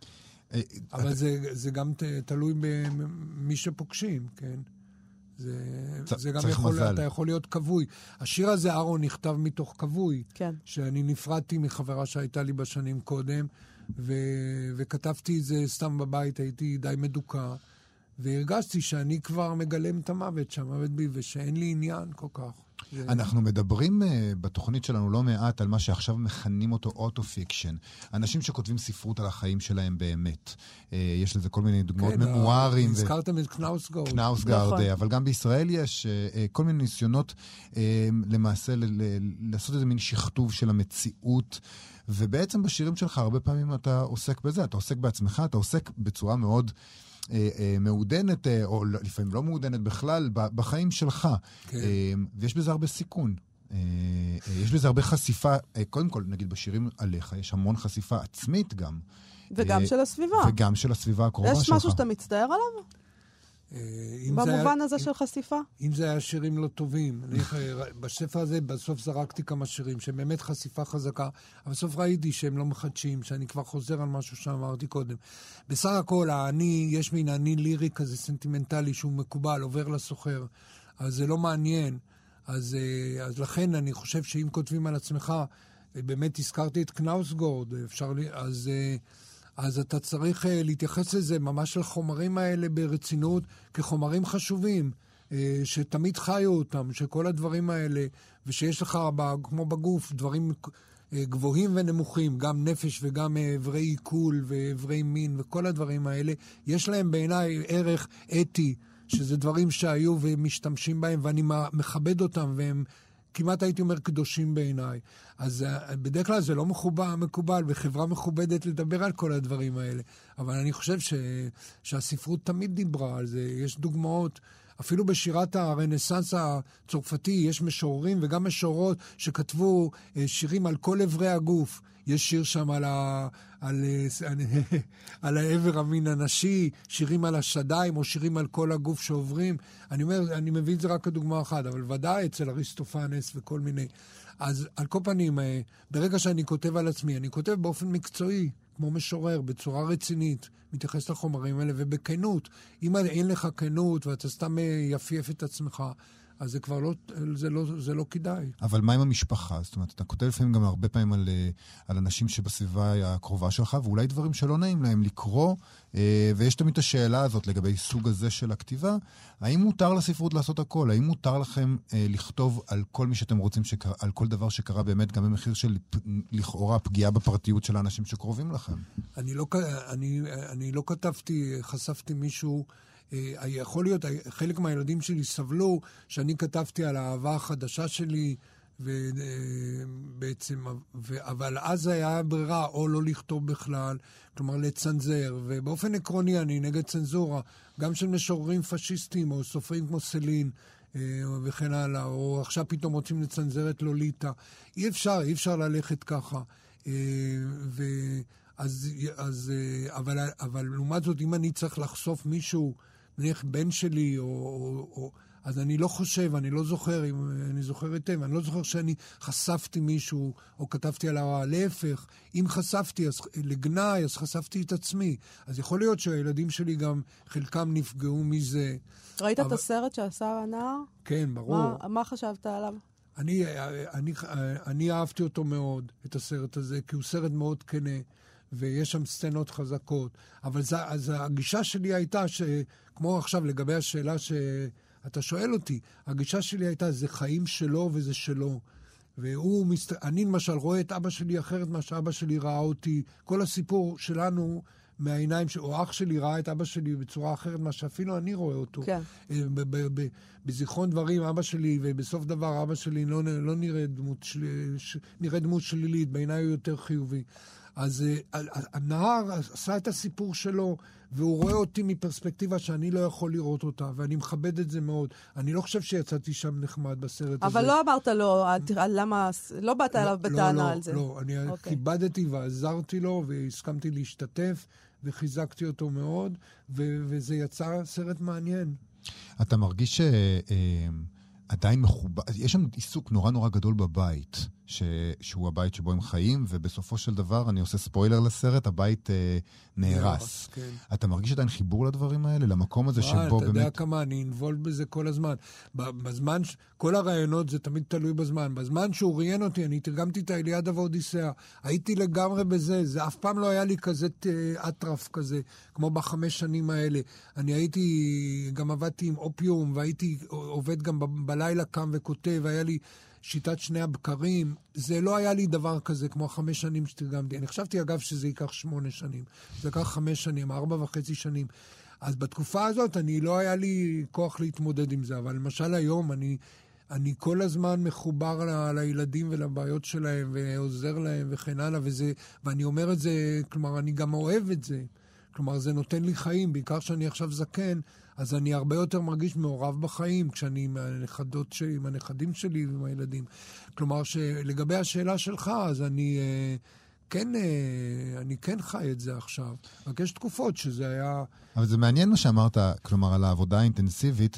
אבל זה, זה גם תלוי במי שפוגשים, כן? זה, צ, זה גם יכול, אתה יכול להיות כבוי. השיר הזה, אהרון, נכתב מתוך כבוי. כן. שאני נפרדתי מחברה שהייתה לי בשנים קודם, ו, וכתבתי את זה סתם בבית, הייתי די מדוקה, והרגשתי שאני כבר מגלם את המוות שהמוות בי, ושאין לי עניין כל כך. אנחנו מדברים uh, בתוכנית שלנו לא מעט על מה שעכשיו מכנים אותו אוטו-פיקשן. אנשים שכותבים ספרות על החיים שלהם באמת. Uh, יש לזה כל מיני דוגמאות כן, ממוארים. הזכרתם את קנאוסגרד. קנאוסגרד, נכון. אבל גם בישראל יש uh, uh, כל מיני ניסיונות uh, למעשה ל- ל- לעשות איזה מין שכתוב של המציאות, ובעצם בשירים שלך הרבה פעמים אתה עוסק בזה, אתה עוסק בעצמך, אתה עוסק בצורה מאוד... מעודנת, או לפעמים לא מעודנת בכלל, בחיים שלך. כן. ויש בזה הרבה סיכון. יש בזה הרבה חשיפה, קודם כל, נגיד בשירים עליך, יש המון חשיפה עצמית גם. וגם של הסביבה. וגם של הסביבה הקרובה שלך. יש משהו שאתה מצטער עליו? במובן הזה של חשיפה? אם זה היה שירים לא טובים. בספר הזה בסוף זרקתי כמה שירים שהם באמת חשיפה חזקה, אבל בסוף ראיתי שהם לא מחדשים, שאני כבר חוזר על משהו שאמרתי קודם. בסך הכל, אני, יש מין אני לירי כזה סנטימנטלי שהוא מקובל, עובר לסוחר, אז זה לא מעניין. אז, אז לכן אני חושב שאם כותבים על עצמך, באמת הזכרתי את קנאוסגרד, אפשר לי, אז... אז אתה צריך uh, להתייחס לזה ממש לחומרים האלה ברצינות, כחומרים חשובים, uh, שתמיד חיו אותם, שכל הדברים האלה, ושיש לך, כמו בגוף, דברים uh, גבוהים ונמוכים, גם נפש וגם עברי עיכול ועברי מין, וכל הדברים האלה, יש להם בעיניי ערך אתי, שזה דברים שהיו ומשתמשים בהם, ואני מכבד אותם, והם... כמעט הייתי אומר קדושים בעיניי. אז uh, בדרך כלל זה לא מקובל, מקובל, וחברה מכובדת לדבר על כל הדברים האלה. אבל אני חושב ש, שהספרות תמיד דיברה על זה. יש דוגמאות, אפילו בשירת הרנסנס הצרפתי, יש משוררים וגם משוררות שכתבו uh, שירים על כל עברי הגוף. יש שיר שם על, ה, על, על העבר המין הנשי, שירים על השדיים, או שירים על כל הגוף שעוברים. אני אומר, אני מביא את זה רק כדוגמה אחת, אבל ודאי אצל אריסטופנס וכל מיני. אז על כל פנים, ברגע שאני כותב על עצמי, אני כותב באופן מקצועי, כמו משורר, בצורה רצינית, מתייחס לחומרים האלה, ובכנות. אם אין לך כנות, ואתה סתם יפייף את עצמך, אז זה כבר לא, זה לא, זה לא כדאי. אבל מה עם המשפחה? זאת אומרת, אתה כותב לפעמים גם הרבה פעמים על, על אנשים שבסביבה הקרובה שלך, ואולי דברים שלא נעים להם לקרוא, ויש תמיד את השאלה הזאת לגבי סוג הזה של הכתיבה, האם מותר לספרות לעשות הכל? האם מותר לכם לכתוב על כל מי שאתם רוצים, שקרה, על כל דבר שקרה באמת, גם במחיר של לכאורה פגיעה בפרטיות של האנשים שקרובים לכם? אני לא, אני, אני לא כתבתי, חשפתי מישהו, יכול להיות, חלק מהילדים שלי סבלו שאני כתבתי על האהבה החדשה שלי, ובעצם, אבל אז היה ברירה או לא לכתוב בכלל, כלומר לצנזר, ובאופן עקרוני אני נגד צנזורה, גם של משוררים פשיסטים או סופרים כמו סלין וכן הלאה, או עכשיו פתאום רוצים לצנזר את לוליטה. אי אפשר, אי אפשר ללכת ככה. ואז, אז, אבל, אבל לעומת זאת, אם אני צריך לחשוף מישהו, נניח בן שלי, או, או, או, אז אני לא חושב, אני לא זוכר, אם אני זוכר היטב, אני לא זוכר שאני חשפתי מישהו, או כתבתי עליו, להפך, אם חשפתי אז, לגנאי, אז חשפתי את עצמי. אז יכול להיות שהילדים שלי גם, חלקם נפגעו מזה. ראית אבל... את הסרט שעשה הנער? כן, ברור. מה, מה חשבת עליו? אני, אני, אני אהבתי אותו מאוד, את הסרט הזה, כי הוא סרט מאוד כנה, ויש שם סצנות חזקות. אבל זה, אז הגישה שלי הייתה, שכמו עכשיו לגבי השאלה שאתה שואל אותי, הגישה שלי הייתה, זה חיים שלו וזה שלו. והוא, מסת... אני למשל רואה את אבא שלי אחרת מה שאבא שלי ראה אותי. כל הסיפור שלנו מהעיניים, ש... או אח שלי ראה את אבא שלי בצורה אחרת מה שאפילו אני רואה אותו. כן. ב- ב- ב- בזיכרון דברים, אבא שלי, ובסוף דבר אבא שלי לא, לא נראה דמות, של... ש... נראה דמות שלילית, בעיניי הוא יותר חיובי. אז הנער עשה את הסיפור שלו, והוא רואה אותי מפרספקטיבה שאני לא יכול לראות אותה, ואני מכבד את זה מאוד. אני לא חושב שיצאתי שם נחמד בסרט הזה. אבל לא אמרת לו, למה, לא באת אליו בטענה על זה. לא, לא, אני כיבדתי ועזרתי לו, והסכמתי להשתתף, וחיזקתי אותו מאוד, וזה יצא סרט מעניין. אתה מרגיש שעדיין מחובר, יש שם עיסוק נורא נורא גדול בבית, ש... שהוא הבית שבו הם חיים, ובסופו של דבר, אני עושה ספוילר לסרט, הבית אה, נהרס. כן. אתה מרגיש עדיין חיבור לדברים האלה, למקום הזה שבו אתה באמת... אתה יודע כמה, אני אינבולד בזה כל הזמן. בזמן, כל הרעיונות זה תמיד תלוי בזמן. בזמן שהוא ראיין אותי, אני תרגמתי את האליאדה והאודיסאה. הייתי לגמרי בזה, זה אף פעם לא היה לי כזה אטרף כזה, כמו בחמש שנים האלה. אני הייתי, גם עבדתי עם אופיום, והייתי עובד גם ב- בלילה קם וכותב, היה לי... שיטת שני הבקרים, זה לא היה לי דבר כזה כמו החמש שנים שתרגמתי. אני חשבתי אגב שזה ייקח שמונה שנים. זה לקח חמש שנים, ארבע וחצי שנים. אז בתקופה הזאת אני לא היה לי כוח להתמודד עם זה, אבל למשל היום אני, אני כל הזמן מחובר ל, לילדים ולבעיות שלהם ועוזר להם וכן הלאה, וזה, ואני אומר את זה, כלומר אני גם אוהב את זה. כלומר, זה נותן לי חיים, בעיקר שאני עכשיו זקן, אז אני הרבה יותר מרגיש מעורב בחיים, כשאני עם הנכדות שלי, עם הנכדים שלי ועם הילדים. כלומר, שלגבי השאלה שלך, אז אני כן, אני כן חי את זה עכשיו. רק יש תקופות שזה היה... אבל זה מעניין מה שאמרת, כלומר, על העבודה האינטנסיבית,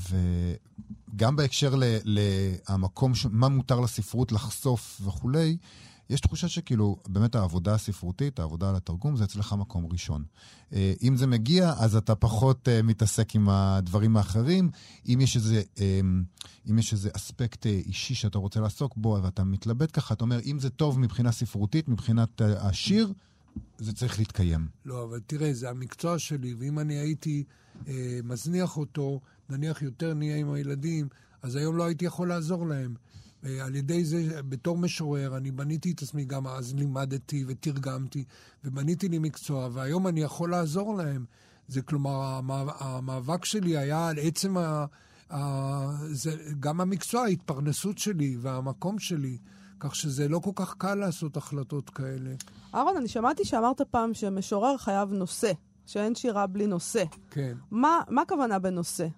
וגם בהקשר למקום, מה מותר לספרות לחשוף וכולי, יש תחושה שכאילו, באמת העבודה הספרותית, העבודה על התרגום, זה אצלך מקום ראשון. אם זה מגיע, אז אתה פחות מתעסק עם הדברים האחרים. אם יש איזה, אם יש איזה אספקט אישי שאתה רוצה לעסוק בו, ואתה מתלבט ככה, אתה אומר, אם זה טוב מבחינה ספרותית, מבחינת השיר, זה צריך להתקיים. לא, אבל תראה, זה המקצוע שלי, ואם אני הייתי אה, מזניח אותו, נניח יותר נהיה עם הילדים, אז היום לא הייתי יכול לעזור להם. על ידי זה, בתור משורר, אני בניתי את עצמי, גם אז לימדתי ותרגמתי, ובניתי לי מקצוע, והיום אני יכול לעזור להם. זה כלומר, המאבק שלי היה על עצם, ה, ה, זה, גם המקצוע, ההתפרנסות שלי והמקום שלי, כך שזה לא כל כך קל לעשות החלטות כאלה. אהרון, אני שמעתי שאמרת פעם שמשורר חייב נושא, שאין שירה בלי נושא. כן. מה, מה הכוונה בנושא?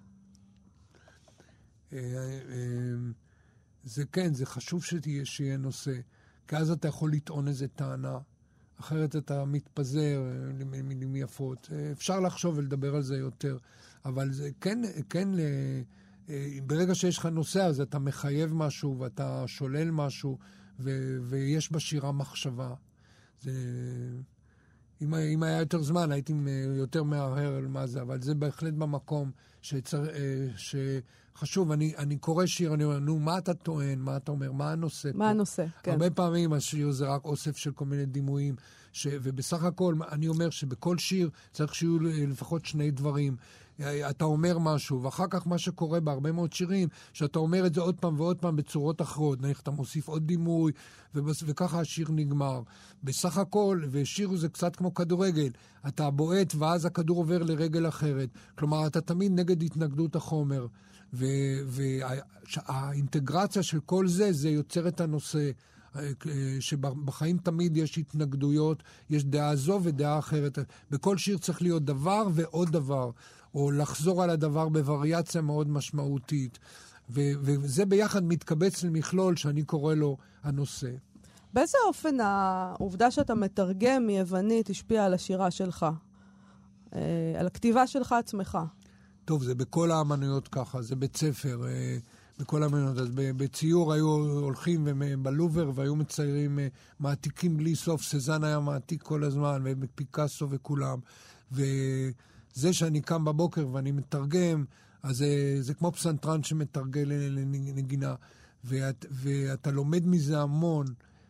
זה כן, זה חשוב שתהיה, שיהיה נושא, כי אז אתה יכול לטעון איזה טענה, אחרת אתה מתפזר למילים יפות. אפשר לחשוב ולדבר על זה יותר, אבל זה כן, כן, ברגע שיש לך נושא, אז אתה מחייב משהו ואתה שולל משהו, ו, ויש בשירה מחשבה. זה... אם, אם היה יותר זמן, הייתי יותר מהרהר על מה זה, אבל זה בהחלט במקום שצר, שחשוב. אני, אני קורא שיר, אני אומר, נו, מה אתה טוען, מה אתה אומר, מה הנושא? מה פה? הנושא, כן. הרבה פעמים השיר זה רק אוסף של כל מיני דימויים, ש, ובסך הכל אני אומר שבכל שיר צריך שיהיו לפחות שני דברים. אתה אומר משהו, ואחר כך מה שקורה בהרבה מאוד שירים, שאתה אומר את זה עוד פעם ועוד פעם בצורות אחרות, נניח אתה מוסיף עוד דימוי, ובס... וככה השיר נגמר. בסך הכל, ושיר זה קצת כמו כדורגל, אתה בועט ואז הכדור עובר לרגל אחרת. כלומר, אתה תמיד נגד התנגדות החומר, והאינטגרציה של כל זה, זה יוצר את הנושא, שבחיים תמיד יש התנגדויות, יש דעה זו ודעה אחרת. בכל שיר צריך להיות דבר ועוד דבר, או לחזור על הדבר בווריאציה מאוד משמעותית. ו- וזה ביחד מתקבץ למכלול שאני קורא לו הנושא. באיזה אופן העובדה שאתה מתרגם מיוונית השפיעה על השירה שלך? על הכתיבה שלך עצמך? טוב, זה בכל האמנויות ככה, זה בית ספר, בכל האמנויות. אז בציור היו הולכים בלובר והיו מציירים מעתיקים בלי סוף, סזן היה מעתיק כל הזמן, ופיקאסו וכולם. וזה שאני קם בבוקר ואני מתרגם, אז זה, זה כמו פסנתרן שמתרגל לנגינה, ואת, ואתה לומד מזה המון,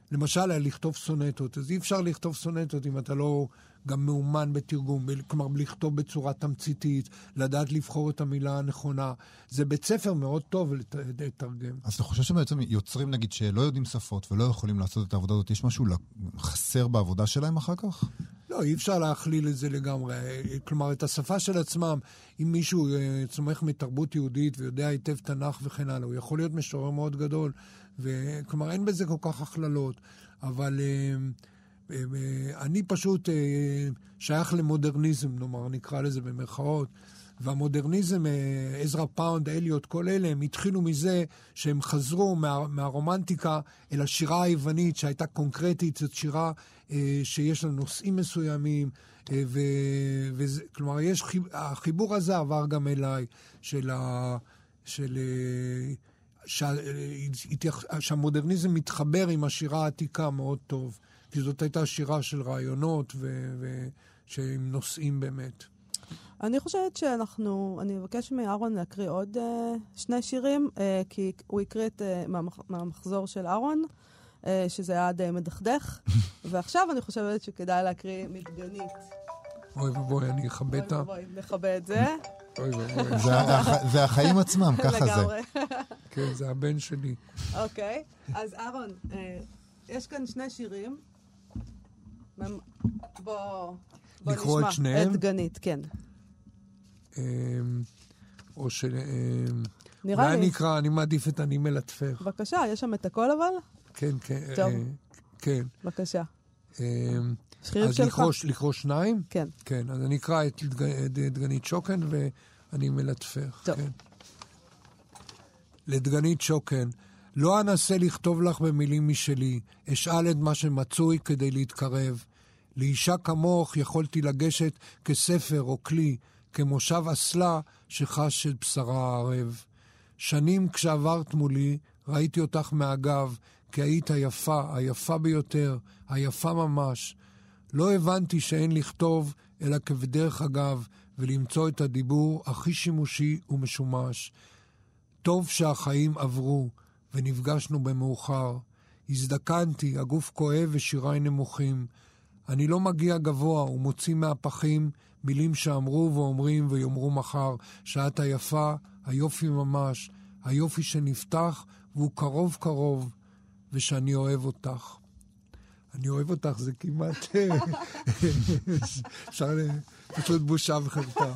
למשל, לכתוב סונטות. אז אי אפשר לכתוב סונטות אם אתה לא גם מאומן בתרגום, כלומר, לכתוב בצורה תמציתית, לדעת לבחור את המילה הנכונה. זה בית ספר מאוד טוב לתרגם. אז אתה חושב שבעצם יוצרים, נגיד, שלא יודעים שפות ולא יכולים לעשות את העבודה הזאת, יש משהו חסר בעבודה שלהם אחר כך? לא, אי אפשר להכליל את זה לגמרי. כלומר, את השפה של עצמם, אם מישהו צומח מתרבות יהודית ויודע היטב תנ"ך וכן הלאה, הוא יכול להיות משורר מאוד גדול, וכלומר, אין בזה כל כך הכללות, אבל אני פשוט שייך למודרניזם, נאמר, נקרא לזה במרכאות, והמודרניזם, עזרא פאונד, אליוט, כל אלה, הם התחילו מזה שהם חזרו מה, מהרומנטיקה אל השירה היוונית שהייתה קונקרטית, זאת שירה אה, שיש לה נושאים מסוימים, אה, ו, וזה, כלומר, יש, החיבור הזה עבר גם אליי, של ה... של... שה, שהמודרניזם מתחבר עם השירה העתיקה מאוד טוב, כי זאת הייתה שירה של רעיונות ו, ו, שהם נושאים באמת. אני חושבת שאנחנו, אני אבקש מארון להקריא עוד uh, שני שירים, uh, כי הוא הקריא את, uh, מהמח, מהמחזור של ארון, uh, שזה היה די מדכדך, ועכשיו אני חושבת שכדאי להקריא מדגנית. אוי ובואי, אני אכבד את ה... אוי ובואי, נכבד את זה. אוי ובואי. זה החיים עצמם, ככה זה. לגמרי. כן, זה הבן שלי. אוקיי, אז ארון, uh, יש כאן שני שירים. בוא... לקרוא את שניהם? את דגנית, כן. או של... נראה לי. אני אקרא, אני מעדיף את אני מלטפך. בבקשה, יש שם את הכל אבל? כן, כן. טוב. כן. בבקשה. אז לקרוא שניים? כן. כן, אז אני אקרא את דגנית שוקן ואני מלטפך. טוב. לדגנית שוקן. לא אנסה לכתוב לך במילים משלי, אשאל את מה שמצוי כדי להתקרב. לאישה כמוך יכולתי לגשת כספר או כלי, כמושב אסלה שחש של בשרה הערב. שנים כשעברת מולי, ראיתי אותך מהגב, כי היית היפה, היפה ביותר, היפה ממש. לא הבנתי שאין לכתוב, אלא כבדרך אגב, ולמצוא את הדיבור הכי שימושי ומשומש. טוב שהחיים עברו, ונפגשנו במאוחר. הזדקנתי, הגוף כואב ושיריי נמוכים. אני לא מגיע גבוה ומוציא מהפחים מילים שאמרו ואומרים ויאמרו מחר, שאת היפה, היופי ממש, היופי שנפתח והוא קרוב קרוב, ושאני אוהב אותך. אני אוהב אותך, זה כמעט... אפשר פשוט בושה וחרפה.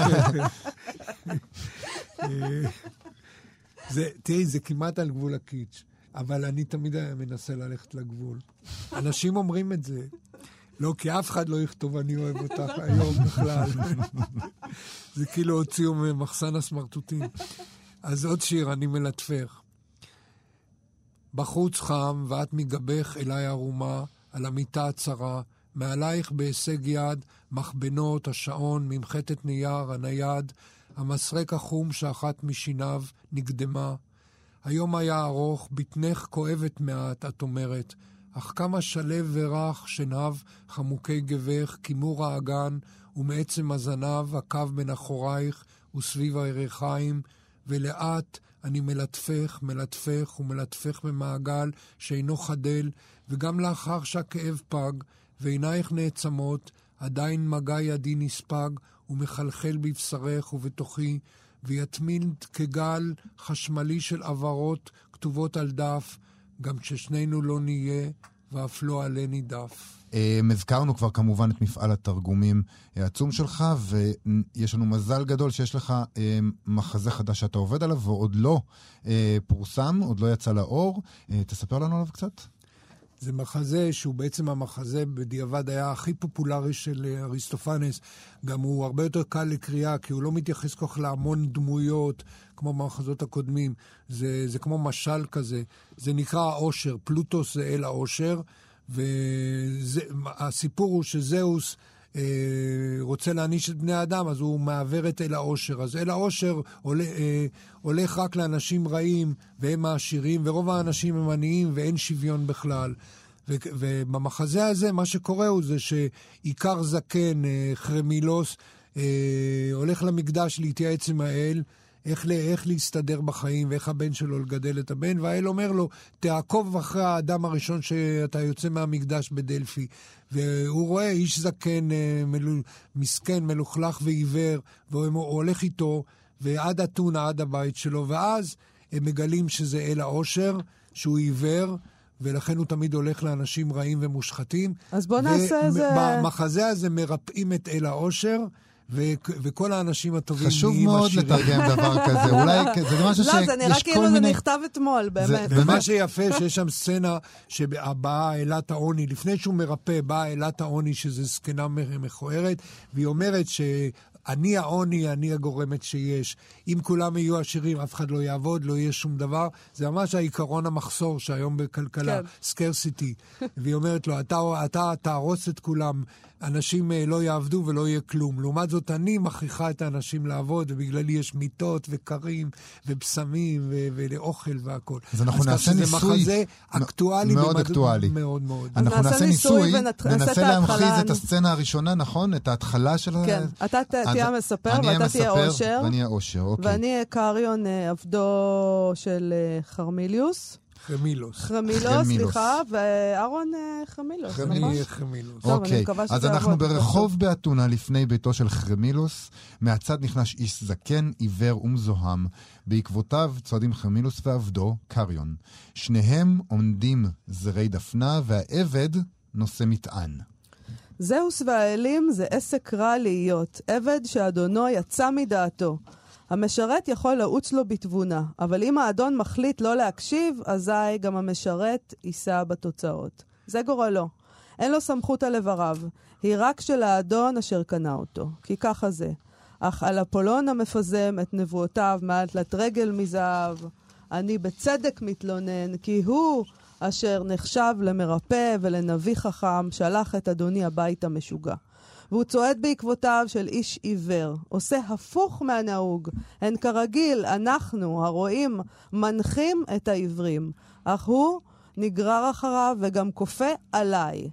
זה, תראי, זה כמעט על גבול הקיץ', אבל אני תמיד מנסה ללכת לגבול. אנשים אומרים את זה. לא, כי אף אחד לא יכתוב אני אוהב אותך היום בכלל. זה כאילו הוציאו ממחסן הסמרטוטים. אז עוד שיר, אני מלטפך. בחוץ חם ואת מגבך אליי ערומה, על המיטה הצרה, מעלייך בהישג יד, מחבנות, השעון, ממחטת נייר, הנייד, המסרק החום שאחת משיניו נקדמה. היום היה ארוך, בטנך כואבת מעט, את אומרת, אך כמה שלב ורח שנב חמוקי גבך, כימור האגן, ומעצם הזנב הקו בין אחורייך וסביב הירכיים, ולאט אני מלטפך, מלטפך ומלטפך במעגל שאינו חדל, וגם לאחר שהכאב פג, ועינייך נעצמות, עדיין מגע ידי נספג, ומחלחל בבשרך ובתוכי, ויתמיד כגל חשמלי של עברות כתובות על דף, גם כששנינו לא נהיה, ואף לא עליני דף. הזכרנו כבר כמובן את מפעל התרגומים העצום שלך, ויש לנו מזל גדול שיש לך מחזה חדש שאתה עובד עליו, ועוד לא פורסם, עוד לא יצא לאור. תספר לנו עליו קצת. זה מחזה שהוא בעצם המחזה בדיעבד היה הכי פופולרי של אריסטופנס, גם הוא הרבה יותר קל לקריאה, כי הוא לא מתייחס כל כך להמון דמויות, כמו במחזות הקודמים, זה, זה כמו משל כזה, זה נקרא האושר, פלוטוס זה אל האושר, והסיפור הוא שזהוס אה, רוצה להעניש את בני האדם, אז הוא מעבר את אל האושר, אז אל האושר הולך, אה, הולך רק לאנשים רעים, והם העשירים, ורוב האנשים הם עניים, ואין שוויון בכלל. ו- ובמחזה הזה מה שקורה הוא זה שעיקר זקן, אה, חרמילוס, אה, הולך למקדש להתייעץ עם האל, איך, איך להסתדר בחיים, ואיך הבן שלו לגדל את הבן, והאל אומר לו, תעקוב אחרי האדם הראשון שאתה יוצא מהמקדש בדלפי, והוא רואה איש זקן, מלו, מסכן, מלוכלך ועיוור, והוא הולך איתו, ועד אתונה, עד הבית שלו, ואז הם מגלים שזה אל האושר, שהוא עיוור, ולכן הוא תמיד הולך לאנשים רעים ומושחתים. אז בוא נעשה איזה... במחזה הזה מרפאים את אל האושר, ו- וכל האנשים הטובים חשוב מאוד עשירים. לתרגם דבר כזה, אולי זה משהו שיש כל מיני... לא, זה נראה כאילו זה נכתב אתמול, באמת. זה, ומה שיפה, שיש שם סצנה שבאה אלת העוני, לפני שהוא מרפא, באה אלת העוני, שזה זקנה מכוערת, והיא אומרת ש... אני העוני, אני הגורמת שיש. אם כולם יהיו עשירים, אף אחד לא יעבוד, לא יהיה שום דבר. זה ממש העיקרון המחסור שהיום בכלכלה, כן. סקרסיטי. והיא אומרת לו, אתה, אתה תהרוס את כולם, אנשים לא יעבדו ולא יהיה כלום. לעומת זאת, אני מכריחה את האנשים לעבוד, ובגללי יש מיטות וקרים ובשמים ו- ולאוכל והכל. אז אנחנו נעשה ניסוי. זה מחזה אקטואלי. מאוד אקטואלי. מאוד מאוד. אנחנו נעשה ניסוי, ננסה להמחיז את הסצנה הראשונה, נכון? את ההתחלה של... כן, אתה תהיה מספר, ואתה תהיה אושר. ואני אהיה אושר, אוקיי. ואני אהיה קריון, עבדו של חרמיליוס. חרמילוס. חרמילוס, סליחה, ואהרון חרמילוס. חרמילוס. חרמילוס. אוקיי, אז אנחנו ברחוב באתונה לפני ביתו של חרמילוס. מהצד נכנס איש זקן, עיוור ומזוהם. בעקבותיו צועדים חרמילוס ועבדו, קריון. שניהם עומדים זרי דפנה, והעבד נושא מטען. זהוס והאלים זה עסק רע להיות, עבד שאדונו יצא מדעתו. המשרת יכול לעוץ לו בתבונה, אבל אם האדון מחליט לא להקשיב, אזי גם המשרת יישא בתוצאות. זה גורלו. אין לו סמכות על איבריו, היא רק של האדון אשר קנה אותו, כי ככה זה. אך על אפולון המפזם את נבואותיו מעל תלת רגל מזהב, אני בצדק מתלונן, כי הוא... אשר נחשב למרפא ולנביא חכם, שלח את אדוני הביתה משוגע. והוא צועד בעקבותיו של איש עיוור, עושה הפוך מהנהוג. הן כרגיל, אנחנו, הרואים, מנחים את העברים. אך הוא נגרר אחריו וגם כופה עליי.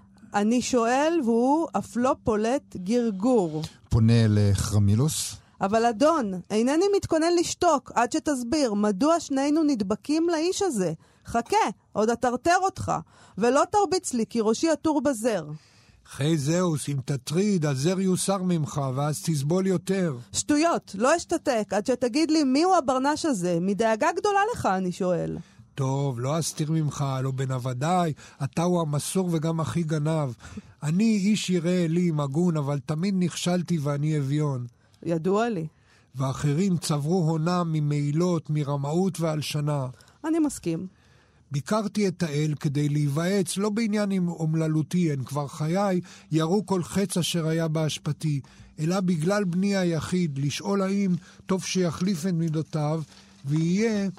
אני שואל והוא אף לא פולט גרגור. פונה לחרמילוס. אבל אדון, אינני מתכונן לשתוק עד שתסביר מדוע שנינו נדבקים לאיש הזה. חכה, עוד אתרטר אותך, ולא תרביץ לי כי ראשי עטור בזר. חי זהוס, אם תטריד, הזר יוסר ממך, ואז תסבול יותר. שטויות, לא אשתתק, עד שתגיד לי מיהו הברנש הזה, מדאגה גדולה לך, אני שואל. טוב, לא אסתיר ממך, לא בן עבדיי, אתה הוא המסור וגם הכי גנב. אני איש יראה אלים, הגון, אבל תמיד נכשלתי ואני אביון. ידוע לי. ואחרים צברו הונה ממעילות, מרמאות והלשנה. אני מסכים. ביקרתי את האל כדי להיוועץ, לא בעניין עם אומללותי, הן כבר חיי יראו כל חץ אשר היה בהשפתי, אלא בגלל בני היחיד, לשאול האם טוב שיחליף את מידותיו, ויהיה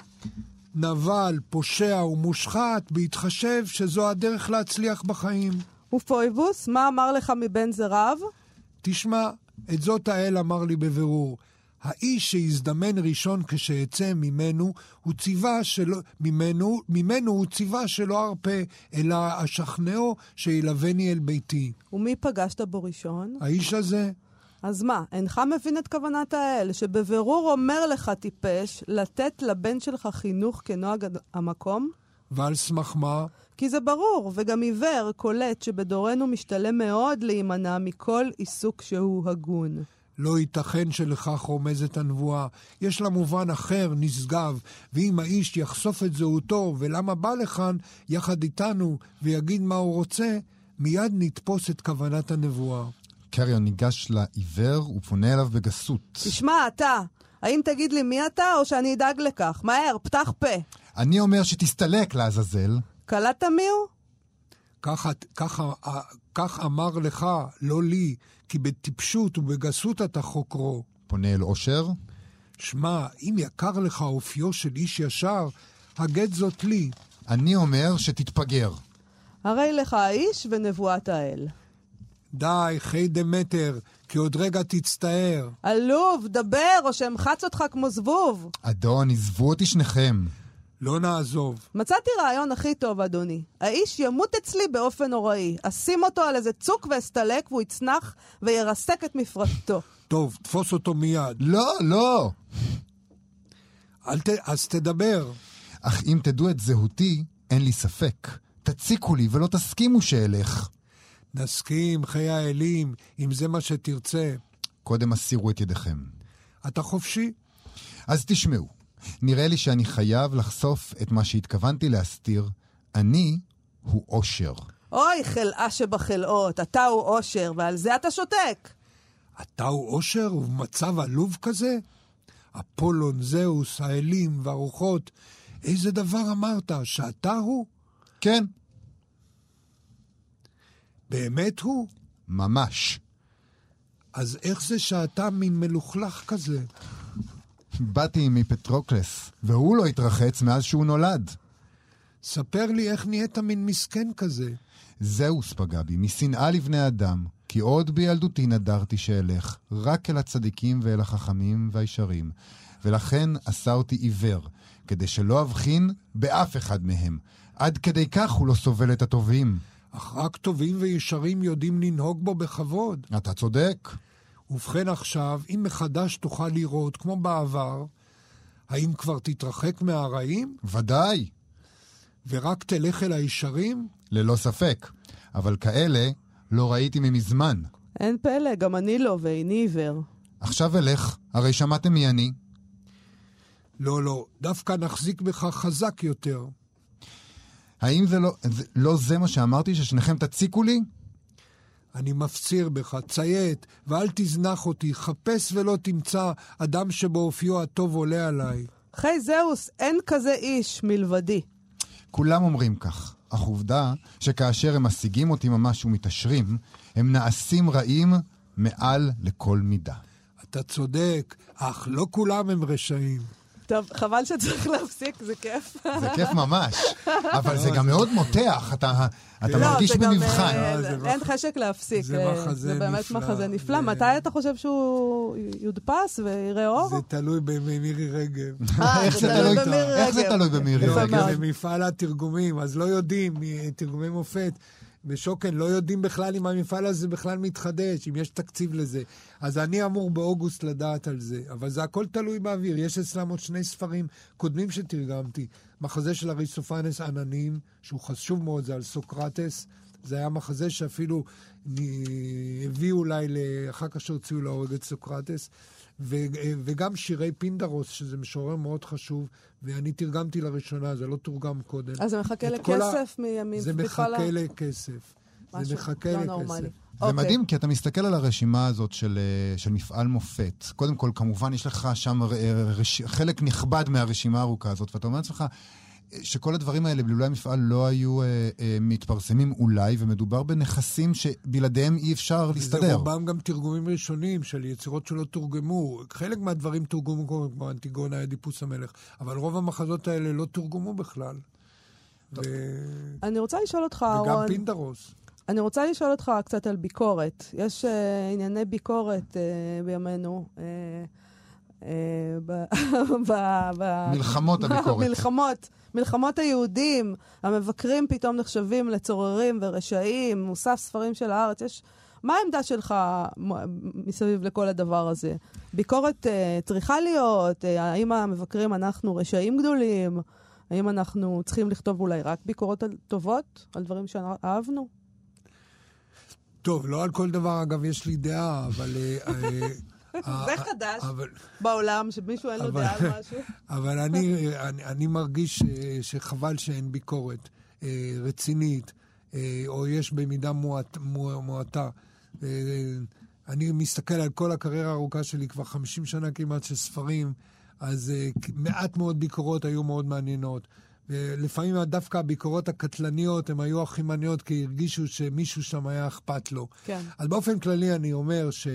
נבל, פושע ומושחת, בהתחשב שזו הדרך להצליח בחיים. ופויבוס, מה אמר לך מבן זרעיו? תשמע, את זאת האל אמר לי בבירור. האיש שהזדמן ראשון כשיצא ממנו, הוא ציווה שלא, ממנו, ממנו הוא ציווה שלא ארפה, אלא אשכנעו שילווני אל ביתי. ומי פגשת בו ראשון? האיש הזה. אז מה, אינך מבין את כוונת האל, שבבירור אומר לך טיפש, לתת לבן שלך חינוך כנוהג המקום? ועל סמך מה? כי זה ברור, וגם עיוור קולט שבדורנו משתלם מאוד להימנע מכל עיסוק שהוא הגון. לא ייתכן שלכך רומזת הנבואה. יש לה מובן אחר, נשגב, ואם האיש יחשוף את זהותו, ולמה בא לכאן יחד איתנו ויגיד מה הוא רוצה, מיד נתפוס את כוונת הנבואה. קריון ניגש לעיוור ופונה אליו בגסות. תשמע, אתה, האם תגיד לי מי אתה או שאני אדאג לכך? מהר, פתח פה. אני אומר שתסתלק לעזאזל. קלטת מי הוא? כך, כך, כך אמר לך, לא לי, כי בטיפשות ובגסות אתה חוקרו. פונה אל אושר. שמע, אם יקר לך אופיו של איש ישר, הגט זאת לי. אני אומר שתתפגר. הרי לך האיש ונבואת האל. די, חי דמטר, כי עוד רגע תצטער. עלוב, דבר, או שהמחץ אותך כמו זבוב. אדון, עזבו אותי שניכם. לא נעזוב. מצאתי רעיון הכי טוב, אדוני. האיש ימות אצלי באופן נוראי. אשים אותו על איזה צוק ואסתלק, והוא יצנח וירסק את מפרטו. טוב, תפוס אותו מיד. לא, לא. אל ת... אז תדבר. אך אם תדעו את זהותי, אין לי ספק. תציקו לי ולא תסכימו שאלך. נסכים, חיי האלים, אם זה מה שתרצה. קודם הסירו את ידיכם. אתה חופשי? אז תשמעו. נראה לי שאני חייב לחשוף את מה שהתכוונתי להסתיר. אני הוא אושר. אוי, חלאה שבחלאות, אתה הוא אושר, ועל זה אתה שותק. אתה הוא אושר ובמצב עלוב כזה? אפולון, זהוס, האלים והרוחות. איזה דבר אמרת? שאתה הוא? כן. באמת הוא? ממש. אז איך זה שאתה מין מלוכלך כזה? באתי מפטרוקלס, והוא לא התרחץ מאז שהוא נולד. ספר לי איך נהיית מין מסכן כזה. זהוס פגע בי, משנאה לבני אדם, כי עוד בילדותי נדרתי שאלך, רק אל הצדיקים ואל החכמים והישרים, ולכן עשה אותי עיוור, כדי שלא אבחין באף אחד מהם. עד כדי כך הוא לא סובל את הטובים. אך רק טובים וישרים יודעים לנהוג בו בכבוד. אתה צודק. ובכן עכשיו, אם מחדש תוכל לראות, כמו בעבר, האם כבר תתרחק מהרעים? ודאי. ורק תלך אל הישרים? ללא ספק. אבל כאלה לא ראיתי ממזמן. אין פלא, גם אני לא, ואיני עיוור. עכשיו אלך, הרי שמעתם מי אני? לא, לא, דווקא נחזיק בך חזק יותר. האם זה לא, זה, לא זה מה שאמרתי, ששניכם תציקו לי? אני מפציר בך, ציית, ואל תזנח אותי, חפש ולא תמצא אדם שבאופיו הטוב עולה עליי. חי זהוס, אין כזה איש מלבדי. כולם אומרים כך, אך עובדה שכאשר הם משיגים אותי ממש ומתעשרים, הם נעשים רעים מעל לכל מידה. אתה צודק, אך לא כולם הם רשעים. טוב, חבל שצריך להפסיק, זה כיף. זה כיף ממש, אבל זה גם מאוד מותח, אתה, אתה מרגיש במבחן. אין חשק להפסיק, זה באמת מחזה נפלא. מתי אתה חושב שהוא יודפס ויראה אור? זה תלוי במירי רגב. איך זה תלוי במירי רגב? במפעל התרגומים, אז לא יודעים, תרגומי מופת. בשוקן לא יודעים בכלל אם המפעל הזה בכלל מתחדש, אם יש תקציב לזה. אז אני אמור באוגוסט לדעת על זה, אבל זה הכל תלוי באוויר. יש אצלם עוד שני ספרים קודמים שתרגמתי. מחזה של אריסטופנס עננים, שהוא חשוב מאוד, זה על סוקרטס. זה היה מחזה שאפילו הביאו אולי לאחר כאשר הוציאו להורג את סוקרטס. ו- וגם שירי פינדרוס, שזה משורר מאוד חשוב, ואני תרגמתי לראשונה, זה לא תורגם קודם. אז זה מחכה לכסף ה... מימים? זה מחכה לכסף. זה מחכה לכסף. זה מדהים, כי אתה מסתכל על הרשימה הזאת של, של מפעל מופת. קודם כל, כמובן, יש לך שם רש... חלק נכבד מהרשימה הארוכה הזאת, ואתה אומר לעצמך, שכל הדברים האלה בלולי המפעל לא היו אה, אה, מתפרסמים אולי, ומדובר בנכסים שבלעדיהם אי אפשר להסתדר. זה רובם גם תרגומים ראשונים של יצירות שלא תורגמו. חלק מהדברים תורגמו כמו אנטיגונה, אדיפוס המלך, אבל רוב המחזות האלה לא תורגמו בכלל. ו... אני רוצה לשאול אותך, וגם אהרון, פינדרוס. אני רוצה לשאול אותך קצת על ביקורת. יש uh, ענייני ביקורת uh, בימינו. Uh, מלחמות הביקורת. מלחמות, מלחמות היהודים, המבקרים פתאום נחשבים לצוררים ורשעים, מוסף ספרים של הארץ. יש, מה העמדה שלך מסביב לכל הדבר הזה? ביקורת צריכה להיות, האם המבקרים אנחנו רשעים גדולים? האם אנחנו צריכים לכתוב אולי רק ביקורות טובות על דברים שאהבנו? טוב, לא על כל דבר אגב יש לי דעה, אבל... זה חדש בעולם, שמישהו אין לו דעה על משהו. אבל אני מרגיש שחבל שאין ביקורת רצינית, או יש במידה מועטה. אני מסתכל על כל הקריירה הארוכה שלי, כבר חמישים שנה כמעט של ספרים, אז מעט מאוד ביקורות היו מאוד מעניינות. לפעמים דווקא הביקורות הקטלניות הן היו הכי מעניינות, כי הרגישו שמישהו שם היה אכפת לו. אז באופן כללי אני אומר ש...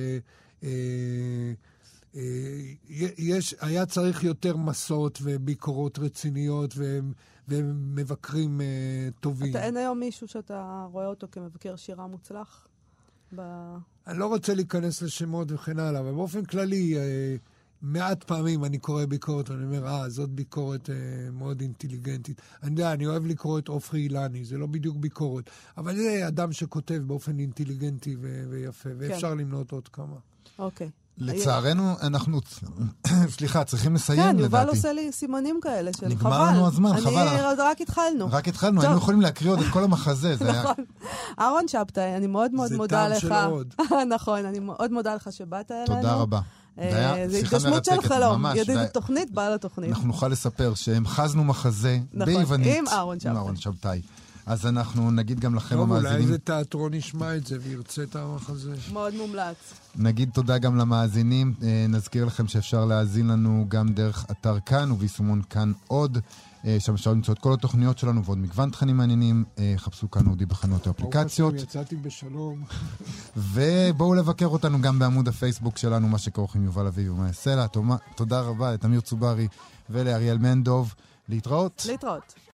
יש, היה צריך יותר מסעות וביקורות רציניות ומבקרים טובים. אתה אין היום מישהו שאתה רואה אותו כמבקר שירה מוצלח? אני לא רוצה להיכנס לשמות וכן הלאה, אבל באופן כללי מעט פעמים אני קורא ביקורת ואני אומר, אה, זאת ביקורת מאוד אינטליגנטית. אני יודע, אני אוהב לקרוא את עופרי אילני, זה לא בדיוק ביקורת, אבל זה אדם שכותב באופן אינטליגנטי ויפה, ואפשר למנות עוד כמה. אוקיי. לצערנו, אנחנו, סליחה, צריכים לסיים לדעתי. כן, יובל עושה לי סימנים כאלה של חבל. נגמר לנו הזמן, חבל. רק התחלנו. רק התחלנו, היינו יכולים להקריא עוד את כל המחזה. נכון. אהרון שבתאי, אני מאוד מאוד מודה לך. זה טעם של עוד. נכון, אני מאוד מודה לך שבאת אלינו. תודה רבה. זה התגשמות של חלום, ידיד התוכנית, בעל התוכנית. אנחנו נוכל לספר שהמחזנו מחזה ביוונית. עם אהרון שבתאי. אז אנחנו נגיד גם לכם טוב, המאזינים. אולי איזה תיאטרון ישמע את זה וירצה את המחזה. מאוד מומלץ. נגיד תודה גם למאזינים. נזכיר לכם שאפשר להאזין לנו גם דרך אתר כאן וביישומון כאן עוד. שם אפשר למצוא את כל התוכניות שלנו ועוד מגוון תכנים מעניינים. חפשו כאן אודי בחנות האפליקציות. יצאתי בשלום. ובואו לבקר אותנו גם בעמוד הפייסבוק שלנו, מה שכרוך עם יובל אביבי ומאיה סלע. תודה רבה לתמיר צוברי ולאריאל מנדוב. להתראות. להתראות.